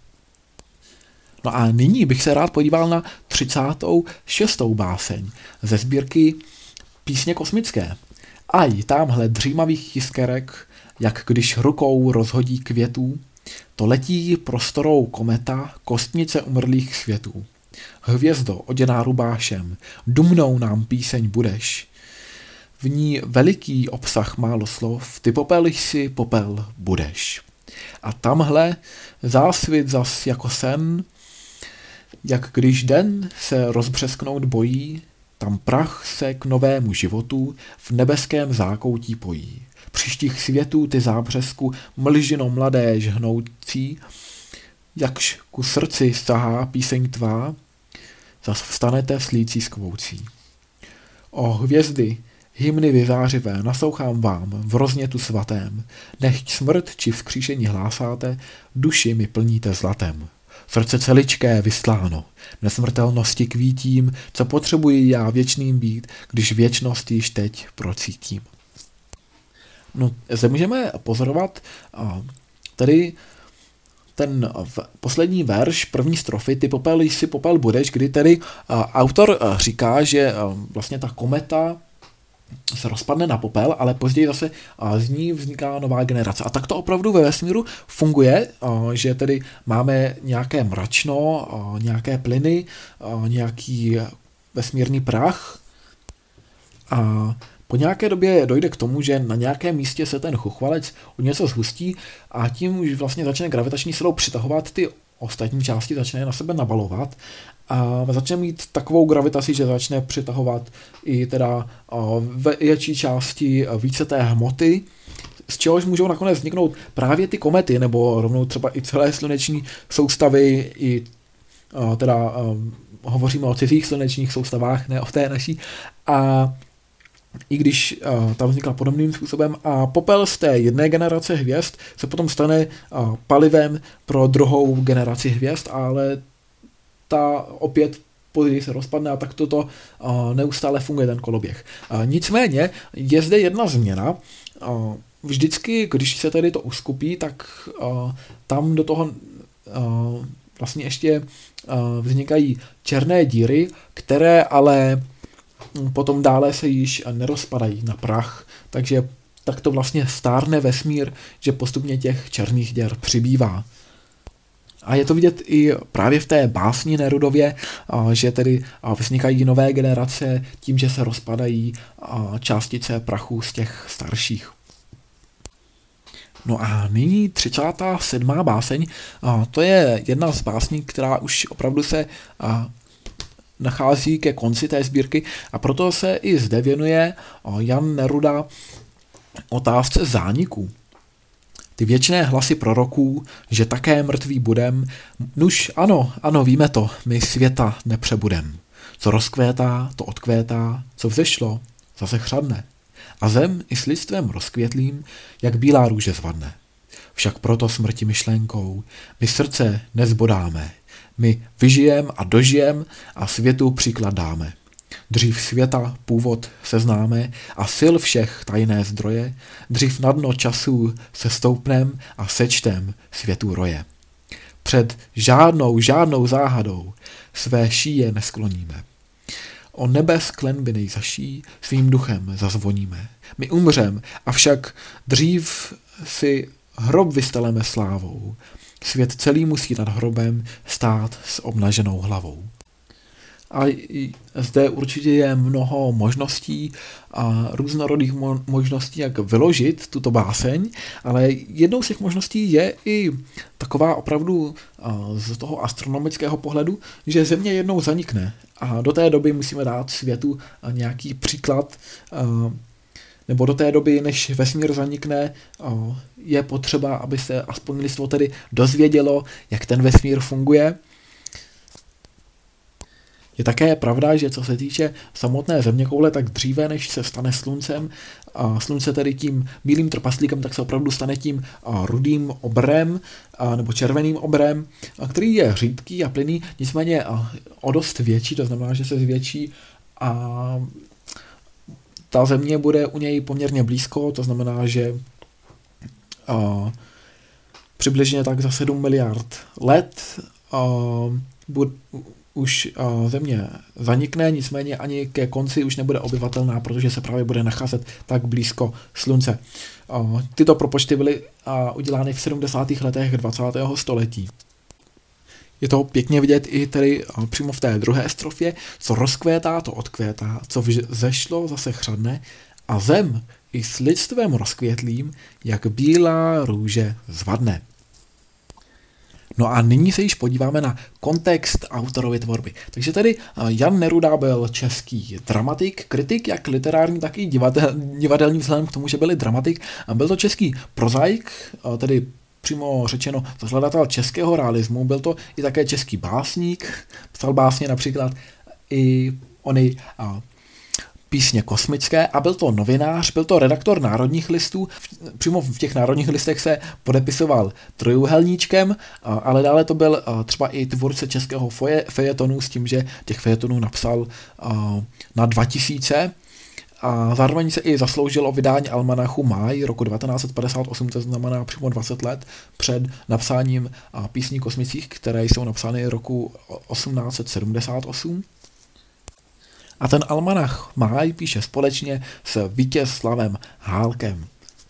No a nyní bych se rád podíval na třicátou šestou báseň ze sbírky Písně kosmické. Aj tamhle dřímavých jiskerek, jak když rukou rozhodí květů, to letí prostorou kometa kostnice umrlých světů. Hvězdo oděná rubášem, dumnou nám píseň budeš. V ní veliký obsah málo slov, ty popel jsi, popel budeš. A tamhle zásvit zas jako sen, jak když den se rozbřesknout bojí, tam prach se k novému životu v nebeském zákoutí pojí. Příštích světů ty zábřesku mlžino mladé žhnoucí, jakž ku srdci sahá píseň tvá, zas vstanete slící skvoucí. O hvězdy, hymny vyzářivé, naslouchám vám v roznětu svatém, nechť smrt či vzkříšení hlásáte, duši mi plníte zlatem. Srdce celičké vysláno, nesmrtelnosti kvítím, co potřebuji já věčným být, když věčnost již teď procítím. No, zde můžeme pozorovat a, tady ten v, poslední verš první strofy, ty popel jsi, popel budeš, kdy tedy a, autor a, říká, že a, vlastně ta kometa se rozpadne na popel, ale později zase a, z ní vzniká nová generace. A tak to opravdu ve vesmíru funguje, a, že tedy máme nějaké mračno, a, nějaké plyny, a, nějaký vesmírný prach a po nějaké době dojde k tomu, že na nějakém místě se ten chuchvalec o něco zhustí a tím už vlastně začne gravitační silou přitahovat ty ostatní části, začne je na sebe nabalovat a začne mít takovou gravitaci, že začne přitahovat i teda větší části více té hmoty, z čehož můžou nakonec vzniknout právě ty komety, nebo rovnou třeba i celé sluneční soustavy, i teda hovoříme o cizích slunečních soustavách, ne o té naší, a i když uh, tam vznikla podobným způsobem a popel z té jedné generace hvězd se potom stane uh, palivem pro druhou generaci hvězd, ale ta opět později se rozpadne a tak toto uh, neustále funguje ten koloběh. Uh, nicméně je zde jedna změna. Uh, vždycky, když se tedy to uskupí, tak uh, tam do toho uh, vlastně ještě uh, vznikají černé díry, které ale potom dále se již nerozpadají na prach, takže tak to vlastně stárne vesmír, že postupně těch černých děr přibývá. A je to vidět i právě v té básni Nerudově, že tedy vznikají nové generace tím, že se rozpadají částice prachu z těch starších. No a nyní třicátá sedmá báseň, to je jedna z básní, která už opravdu se nachází ke konci té sbírky a proto se i zde věnuje Jan Neruda otázce zániku. Ty věčné hlasy proroků, že také mrtví budem, nuž ano, ano, víme to, my světa nepřebudem. Co rozkvétá, to odkvétá, co vzešlo, zase chřadne. A zem i s lidstvem rozkvětlým, jak bílá růže zvadne. Však proto smrti myšlenkou my srdce nezbodáme, my vyžijem a dožijem a světu příklad dáme. Dřív světa původ seznáme a sil všech tajné zdroje, dřív na dno časů se stoupnem a sečtem světu roje. Před žádnou, žádnou záhadou své šíje neskloníme. O nebes klenby nejzaší svým duchem zazvoníme. My umřem, avšak dřív si hrob vysteleme slávou. Svět celý musí nad hrobem stát s obnaženou hlavou. A zde určitě je mnoho možností a různorodých mo- možností, jak vyložit tuto báseň, ale jednou z těch možností je i taková opravdu z toho astronomického pohledu, že Země jednou zanikne a do té doby musíme dát světu nějaký příklad, nebo do té doby, než vesmír zanikne, je potřeba, aby se aspoň lidstvo tedy dozvědělo, jak ten vesmír funguje. Je také pravda, že co se týče samotné zeměkoule, tak dříve, než se stane sluncem, a slunce tedy tím bílým trpaslíkem, tak se opravdu stane tím rudým obrem nebo červeným obrem, který je řídký a plynný, nicméně o dost větší, to znamená, že se zvětší a ta země bude u něj poměrně blízko, to znamená, že a, přibližně tak za sedm miliard let a, bud, už a, Země zanikne, nicméně ani ke konci už nebude obyvatelná, protože se právě bude nacházet tak blízko Slunce. A, tyto propočty byly a, udělány v sedmdesátých letech dvacátého století. Je to pěkně vidět i tedy přímo v té druhé strofě, co rozkvétá, to odkvétá, co vzešlo, zase chřadne a zem i s lidstvem rozkvětlým, jak bílá růže zvadne. No a nyní se již podíváme na kontext autorovy tvorby. Takže tedy Jan Neruda byl český dramatik, kritik, jak literární, tak i divadel, divadelní vzhledem k tomu, že byl dramatik. Byl to český prozaik, tedy přímo řečeno zakladatel českého realismu, byl to i také český básník, psal básně například i ony a, písně kosmické a byl to novinář, byl to redaktor Národních listů, přímo v těch Národních listech se podepisoval trojúhelníčkem, a, ale dále to byl a, třeba i tvůrce českého foje, fejetonu s tím, že těch fejetonů napsal a, na dva tisíce. A zároveň se i zasloužil o vydání almanachu Máj roku devatenáct set padesát osm, to znamená přímo dvacet let před napsáním písní kosmických, které jsou napsány roku osmnáct set sedmdesát osm. A ten almanach Máj píše společně s Vítězslavem Hálkem.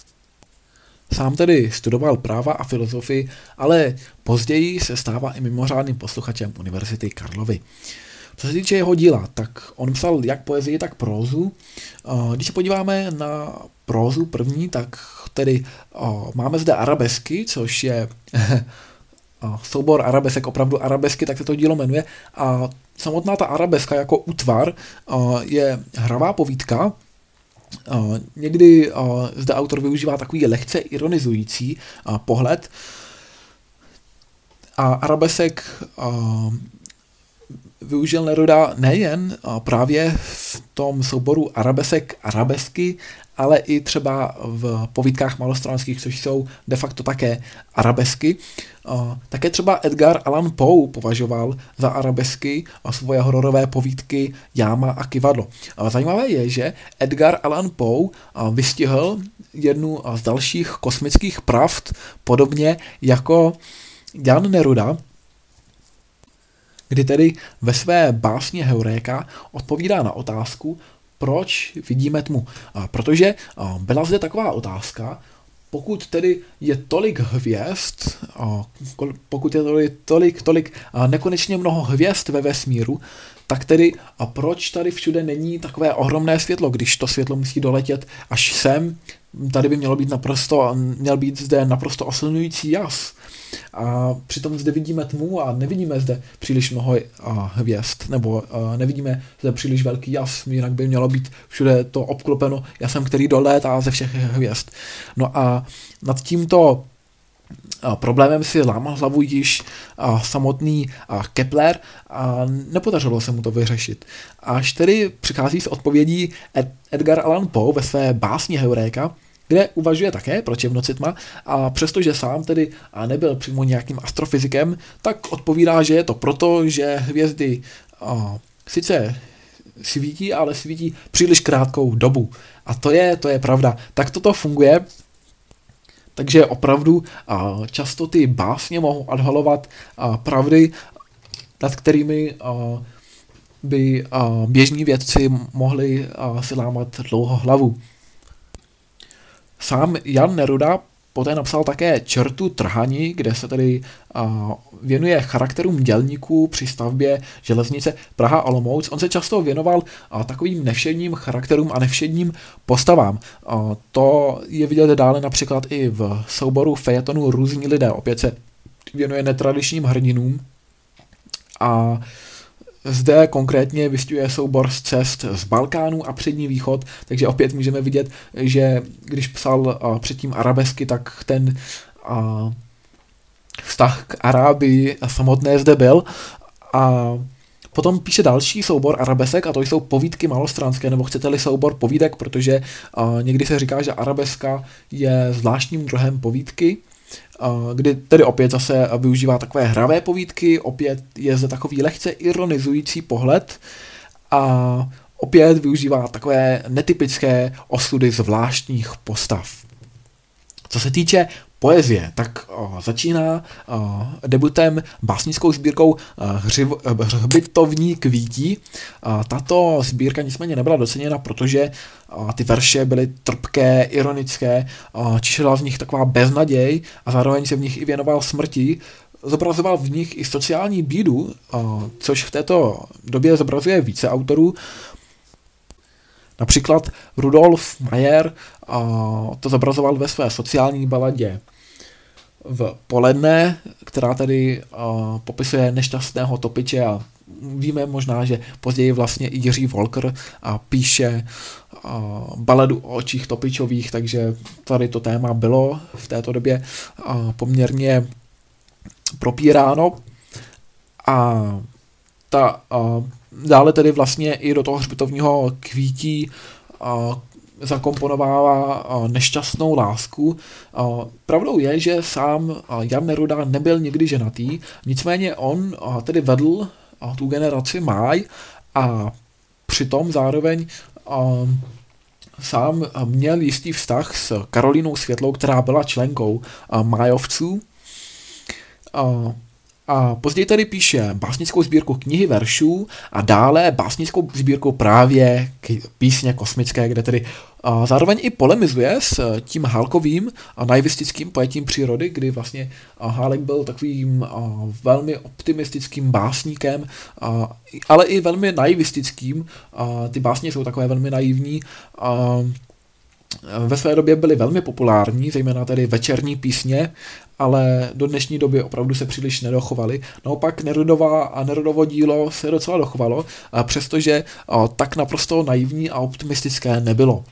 Sám tedy studoval práva a filozofii, ale později se stává i mimořádným posluchačem Univerzity Karlovy. Co se týče jeho díla, tak on psal jak poezii, tak prózu. Když se podíváme na prózu první, tak tedy máme zde arabesky, což je soubor arabesek, opravdu arabesky, tak se to dílo jmenuje. A samotná ta arabeska jako útvar je hravá povídka. Někdy zde autor využívá takový lehce ironizující pohled. A arabesek využil Neruda nejen právě v tom souboru arabesek arabesky, ale i třeba v povídkách malostranských, což jsou de facto také arabesky. Také třeba Edgar Allan Poe považoval za arabesky a svoje hororové povídky Jáma a kyvadlo. Zajímavé je, že Edgar Allan Poe vystihl jednu z dalších kosmických pravd, podobně jako Jan Neruda, kdy tedy ve své básni Heuréka odpovídá na otázku, proč vidíme tmu. A protože byla zde taková otázka, pokud tedy je tolik hvězd, pokud je tolik, tolik, tolik nekonečně mnoho hvězd ve vesmíru, tak tedy a proč tady všude není takové ohromné světlo, když to světlo musí doletět až sem, tady by mělo být naprosto, měl být zde naprosto osilňující jas. A přitom zde vidíme tmu a nevidíme zde příliš mnoho hvězd, nebo nevidíme zde příliš velký jas, jinak by mělo být všude to obklopeno jasem, který dolétá ze všech hvězd. No a nad tímto problémem si lámal hlavu již samotný Kepler a nepodařilo se mu to vyřešit. Až tedy přichází s odpovědí Edgar Allan Poe ve své básni Heuréka, kde uvažuje také, proč je v noci tma, a přestože sám tedy nebyl přímo nějakým astrofyzikem, tak odpovídá, že je to proto, že hvězdy a, sice svítí, ale svítí příliš krátkou dobu. A to je, to je pravda. Tak toto funguje. Takže opravdu a, často ty básně mohou odhalovat a, pravdy, nad kterými a, by a, běžní vědci mohli a, si lámat dlouho hlavu. Sám Jan Neruda poté napsal také Čertu trhani, kde se tedy a, věnuje charakterům dělníků při stavbě železnice Praha-Olomouc. On se často věnoval a, takovým nevšedním charakterům a nevšedním postavám. A, to je vidět dále například i v souboru fejetonu Různí lidé. Opět se věnuje netradičním hrdinům. A zde konkrétně vystihuje soubor z cest z Balkánu a přední východ, takže opět můžeme vidět, že když psal a, předtím arabesky, tak ten a, vztah k Arábii samotné zde byl. A potom píše další soubor arabesek a to jsou povídky malostranské, nebo chcete-li soubor povídek, protože a, někdy se říká, že arabeska je zvláštním druhem povídky, kdy tedy opět zase využívá takové hravé povídky, opět je zde takový lehce ironizující pohled a opět využívá takové netypické osudy zvláštních postav. Co se týče poezie, tak o, začíná o, debutem básnickou sbírkou Hřbitovní kvítí. O, tato sbírka nicméně nebyla doceněna, protože o, ty verše byly trpké, ironické, o, čišela z nich taková beznaděj a zároveň se v nich i věnoval smrti. Zobrazoval v nich i sociální bídu, o, což v této době zobrazuje více autorů. Například Rudolf Mayer uh, to zobrazoval ve své sociální baladě V poledne, která tady uh, popisuje nešťastného topiče a víme možná, že později vlastně i Jiří Volker uh, píše uh, baladu o očích topičových, takže tady to téma bylo v této době uh, poměrně propíráno a ta uh, dále tedy vlastně i do toho hřbitovního kvítí uh, zakomponovává uh, nešťastnou lásku. Uh, pravdou je, že sám uh, Jan Neruda nebyl nikdy ženatý, nicméně on uh, tedy vedl uh, tu generaci Máj a přitom zároveň uh, sám uh, měl jistý vztah s Karolínou Světlou, která byla členkou uh, Májovců. Uh, A později tady píše básnickou sbírku knihy veršů a dále básnickou sbírku právě písně kosmické, kde tedy a zároveň i polemizuje s tím Hálkovým a naivistickým pojetím přírody, kdy vlastně Hálek byl takovým velmi optimistickým básníkem, ale i velmi naivistickým. Ty básně jsou takové velmi naivní. Ve své době byly velmi populární, zejména tedy večerní písně, ale do dnešní doby opravdu se příliš nedochovaly. Naopak Nerudova a Nerudovo dílo se docela dochovalo, přestože tak naprosto naivní a optimistické nebylo.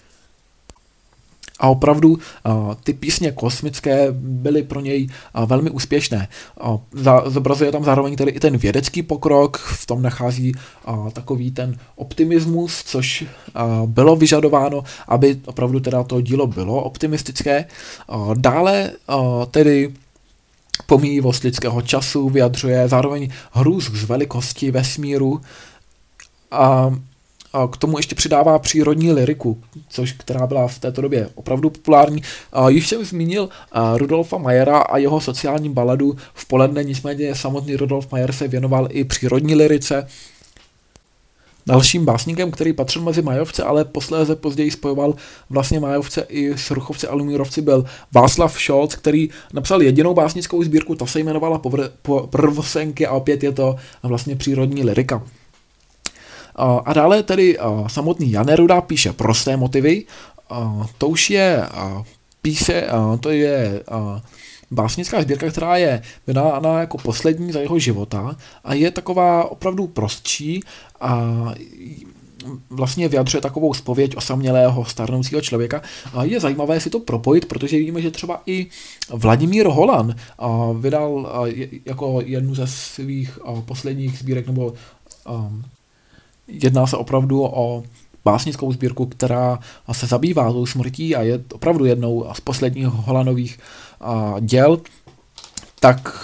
A opravdu ty písně kosmické byly pro něj velmi úspěšné. Zobrazuje tam zároveň tedy i ten vědecký pokrok, v tom nachází takový ten optimismus, což bylo vyžadováno, aby opravdu teda to dílo bylo optimistické. Dále tedy pomíjivost lidského času vyjadřuje zároveň hrůz z velikosti vesmíru a k tomu ještě přidává přírodní lyriku, což, která byla v této době opravdu populární. Již jsem zmínil Rudolfa Mayera a jeho sociální baladu V poledne, nicméně samotný Rudolf Mayer se věnoval i přírodní lyrice. Dalším básníkem, který patřil mezi Májovce, ale posléze později spojoval vlastně Májovce i Sruchovci a Lumírovci, byl Václav Šolc, který napsal jedinou básnickou sbírku, ta se jmenovala Prvosenky a opět je to vlastně přírodní lyrika. A dále tedy samotný Jan Neruda píše prosté motivy, uh, to už je uh, píse, uh, to je uh, básnická sbírka, která je vydána jako poslední za jeho života a je taková opravdu prostší a vlastně vyjadřuje takovou zpověď osamělého starnoucího člověka. A je zajímavé si to propojit, protože víme, že třeba i Vladimír Holan vydal jako jednu ze svých posledních sbírek, nebo jedná se opravdu o básnickou sbírku, která se zabývá tou smrtí a je opravdu jednou z posledních Holanových děl, tak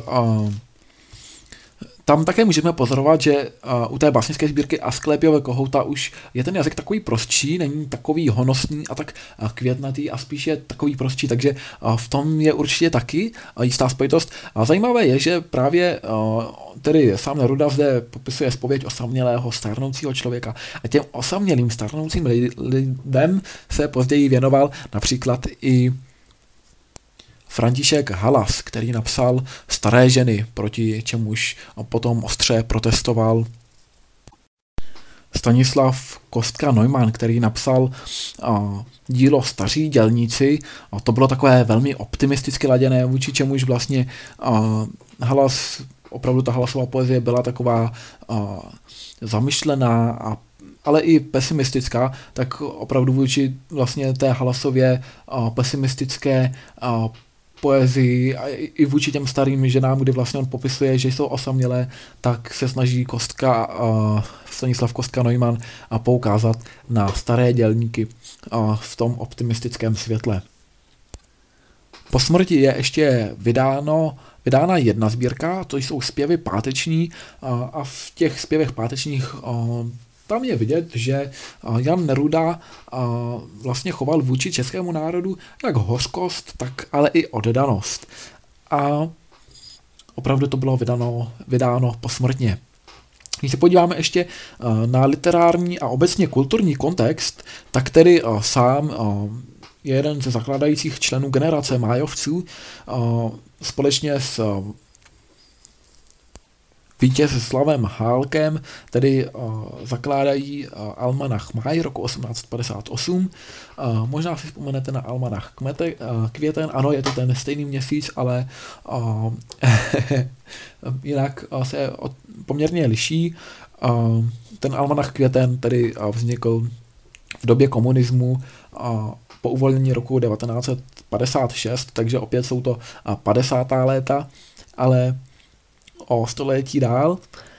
tam také můžeme pozorovat, že uh, u té básnické sbírky Asklépiova kohouta už je ten jazyk takový prostší, není takový honosný a tak uh, květnatý a spíš je takový prostší, takže uh, v tom je určitě taky uh, jistá spojitost. A zajímavé je, že právě uh, tedy sám Neruda zde popisuje zpověď osamělého stárnoucího člověka a těm osamělým stárnoucím lidem se později věnoval například i František Halas, který napsal Staré ženy, proti čemuž potom ostře protestoval Stanislav Kostka-Neumann, který napsal uh, dílo Staří dělníci. A to bylo takové velmi optimisticky laděné, vůči čemuž vlastně uh, Halas, opravdu ta Halasová poezie byla taková uh, zamyšlená a ale i pesimistická, tak opravdu vůči vlastně té Halasově uh, pesimistické uh, poezii a i vůči těm starým ženám, kdy vlastně on popisuje, že jsou osamělé, tak se snaží Kostka, uh, Stanislav Kostka-Neumann a poukázat na staré dělníky uh, v tom optimistickém světle. Po smrti je ještě vydáno, vydána jedna sbírka, to jsou zpěvy páteční uh, a v těch zpěvech pátečních uh, tam je vidět, že Jan Neruda vlastně choval vůči českému národu jak hořkost, tak ale i oddanost. A opravdu to bylo vydáno, vydáno posmrtně. Když se podíváme ještě na literární a obecně kulturní kontext, tak tedy sám je jeden ze zakládajících členů generace májovců společně s Vítězslavem Hálkem, tedy uh, zakládají uh, Almanach Máj roku osmnáct padesát osm. Uh, možná si vzpomenete na Almanach Kmete, uh, Květen, ano, je to ten stejný měsíc, ale uh, jinak uh, se od, poměrně liší. Uh, ten Almanach Květen tedy uh, vznikl v době komunismu uh, po uvolnění roku devatenáct padesát šest, takže opět jsou to uh, padesátá léta, ale o století dál,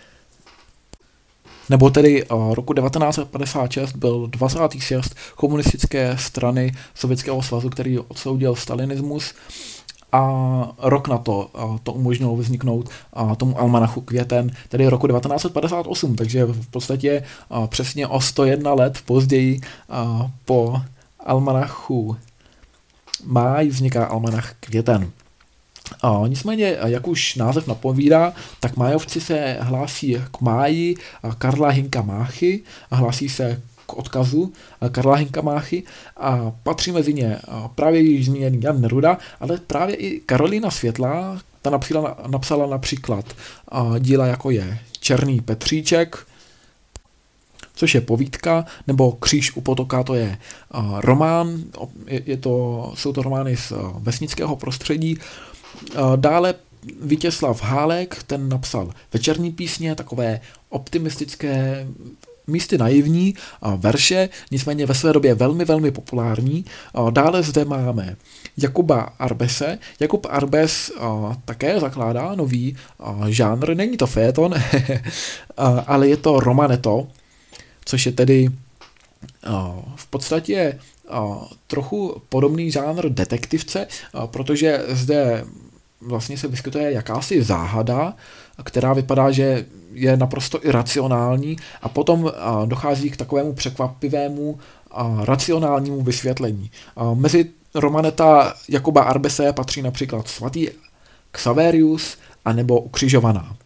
nebo tedy roku devatenáct padesát šest byl dvacátý sjezd komunistické strany Sovětského svazu, který odsoudil stalinismus a rok na to to umožnilo vzniknout tomu almanachu Květen, tedy roku devatenáct padesát osm, takže v podstatě přesně o sto jedna let později po almanachu Máj vzniká almanach Květen. A nicméně, jak už název napovídá, tak májovci se hlásí k máji Karla Hynka Máchy a hlásí se k odkazu Karla Hynka Máchy a patří mezi ně právě již zmíněný Jan Neruda, ale právě i Karolína Světlá, ta napsala, napsala například díla jako je Černý Petříček, což je povídka, nebo Kříž u potoka, to je uh, román, je, je to, jsou to romány z uh, vesnického prostředí. Uh, dále Vítězslav Hálek, ten napsal večerní písně, takové optimistické, místy naivní uh, verše, nicméně ve své době velmi, velmi populární. Uh, dále zde máme Jakuba Arbese. Jakub Arbes uh, také zakládá nový uh, žánr, není to féton, uh, ale je to romaneto, což je tedy uh, v podstatě uh, trochu podobný žánr detektivce, uh, protože zde vlastně se vyskytuje jakási záhada, která vypadá, že je naprosto iracionální a potom uh, dochází k takovému překvapivému uh, racionálnímu vysvětlení. Uh, mezi romaneta Jakuba Arbese patří například Svatý Xaverius anebo Ukřižovaná.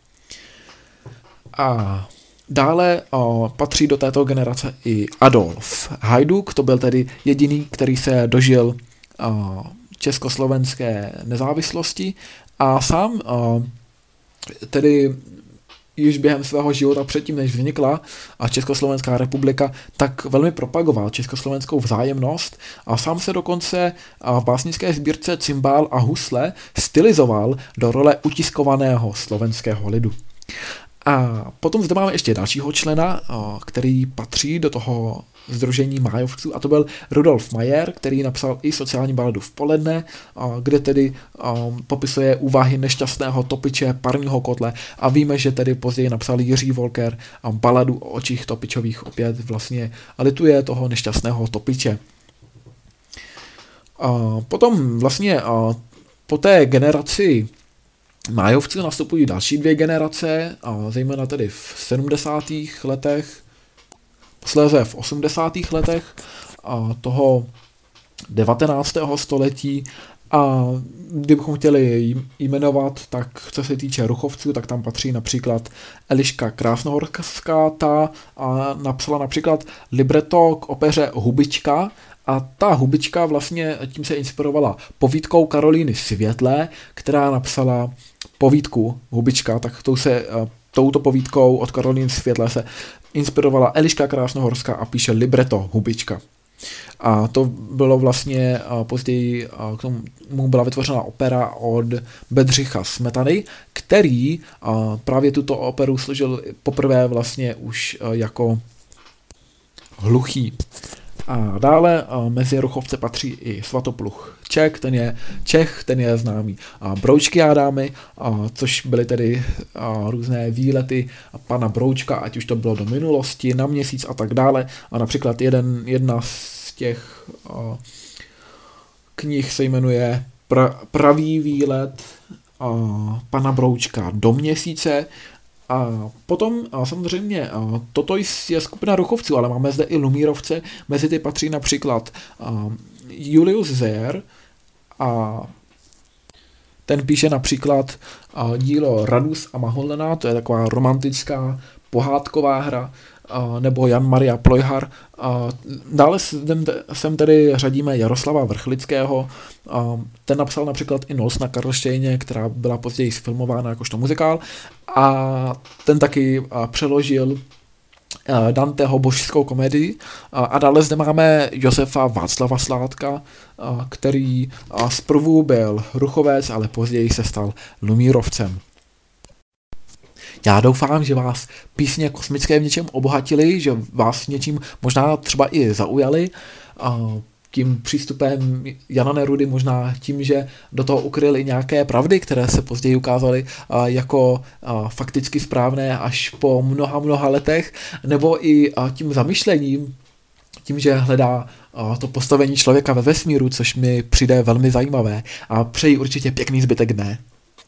A dále o, patří do této generace i Adolf Hajduk, to byl tedy jediný, který se dožil o, československé nezávislosti a sám o, tedy již během svého života předtím, než vznikla a Československá republika, tak velmi propagoval československou vzájemnost a sám se dokonce v básnické sbírce Cymbál a husle stylizoval do role utiskovaného slovenského lidu. A potom zde máme ještě dalšího člena, který patří do toho sdružení májovců, a to byl Rudolf Mayer, který napsal i sociální baladu V poledne, kde tedy popisuje úvahy nešťastného topiče parního kotle, a víme, že tedy později napsal Jiří Volker baladu o očích topičových, opět vlastně lituje toho nešťastného topiče. Potom vlastně po té generaci májovců nastupují další dvě generace, a zejména tedy v sedmdesátých letech, posléze v osmdesátých letech a toho devatenáctého století. A kdybychom chtěli jmenovat, tak co se týče ruchovců, tak tam patří například Eliška Krásnohorská, ta a napsala například libreto k opeře Hubička, a ta Hubička vlastně tím se inspirovala povídkou Karolíny Světlé, která napsala povídku Hubička, tak tou se, touto povídkou od Karolíny Světlé se inspirovala Eliška Krásnohorská a píše libreto Hubička. A to bylo vlastně později, k tomu byla vytvořena opera od Bedřicha Smetany, který právě tuto operu složil poprvé vlastně už jako hluchý. A dále mezi ruchovce patří i Svatopluh Čech, ten je Čech, ten je známý Broučky a dámy, což byly tedy různé výlety pana Broučka, ať už to bylo do minulosti, na měsíc a tak dále. A například jeden, jedna z těch knih se jmenuje pra, Pravý výlet pana Broučka do měsíce. A potom a samozřejmě a toto je skupina ruchovců, ale máme zde i lumírovce, mezi ty patří například a, Julius Zeyer, a ten píše například a, dílo Radus a Maholena, to je taková romantická pohádková hra, a, nebo Jan Maria Plojhar. A dále sem tedy řadíme Jaroslava Vrchlického, a ten napsal například i Noc na Karlštejně, která byla později sfilmována jakožto muzikál, a ten taky a, přeložil a, Danteho Božskou komedii. A, a dále zde máme Josefa Václava Sládka, a, který a, zprvu byl ruchovec, ale později se stal lumírovcem. Já doufám, že vás písně kosmické v něčem obohatily, že vás něčím možná třeba i zaujali. Tím přístupem Jana Nerudy, možná tím, že do toho ukryli nějaké pravdy, které se později ukázaly jako fakticky správné až po mnoha, mnoha letech, nebo i tím zamyšlením, tím, že hledá to postavení člověka ve vesmíru, což mi přijde velmi zajímavé, a přeji určitě pěkný zbytek dne.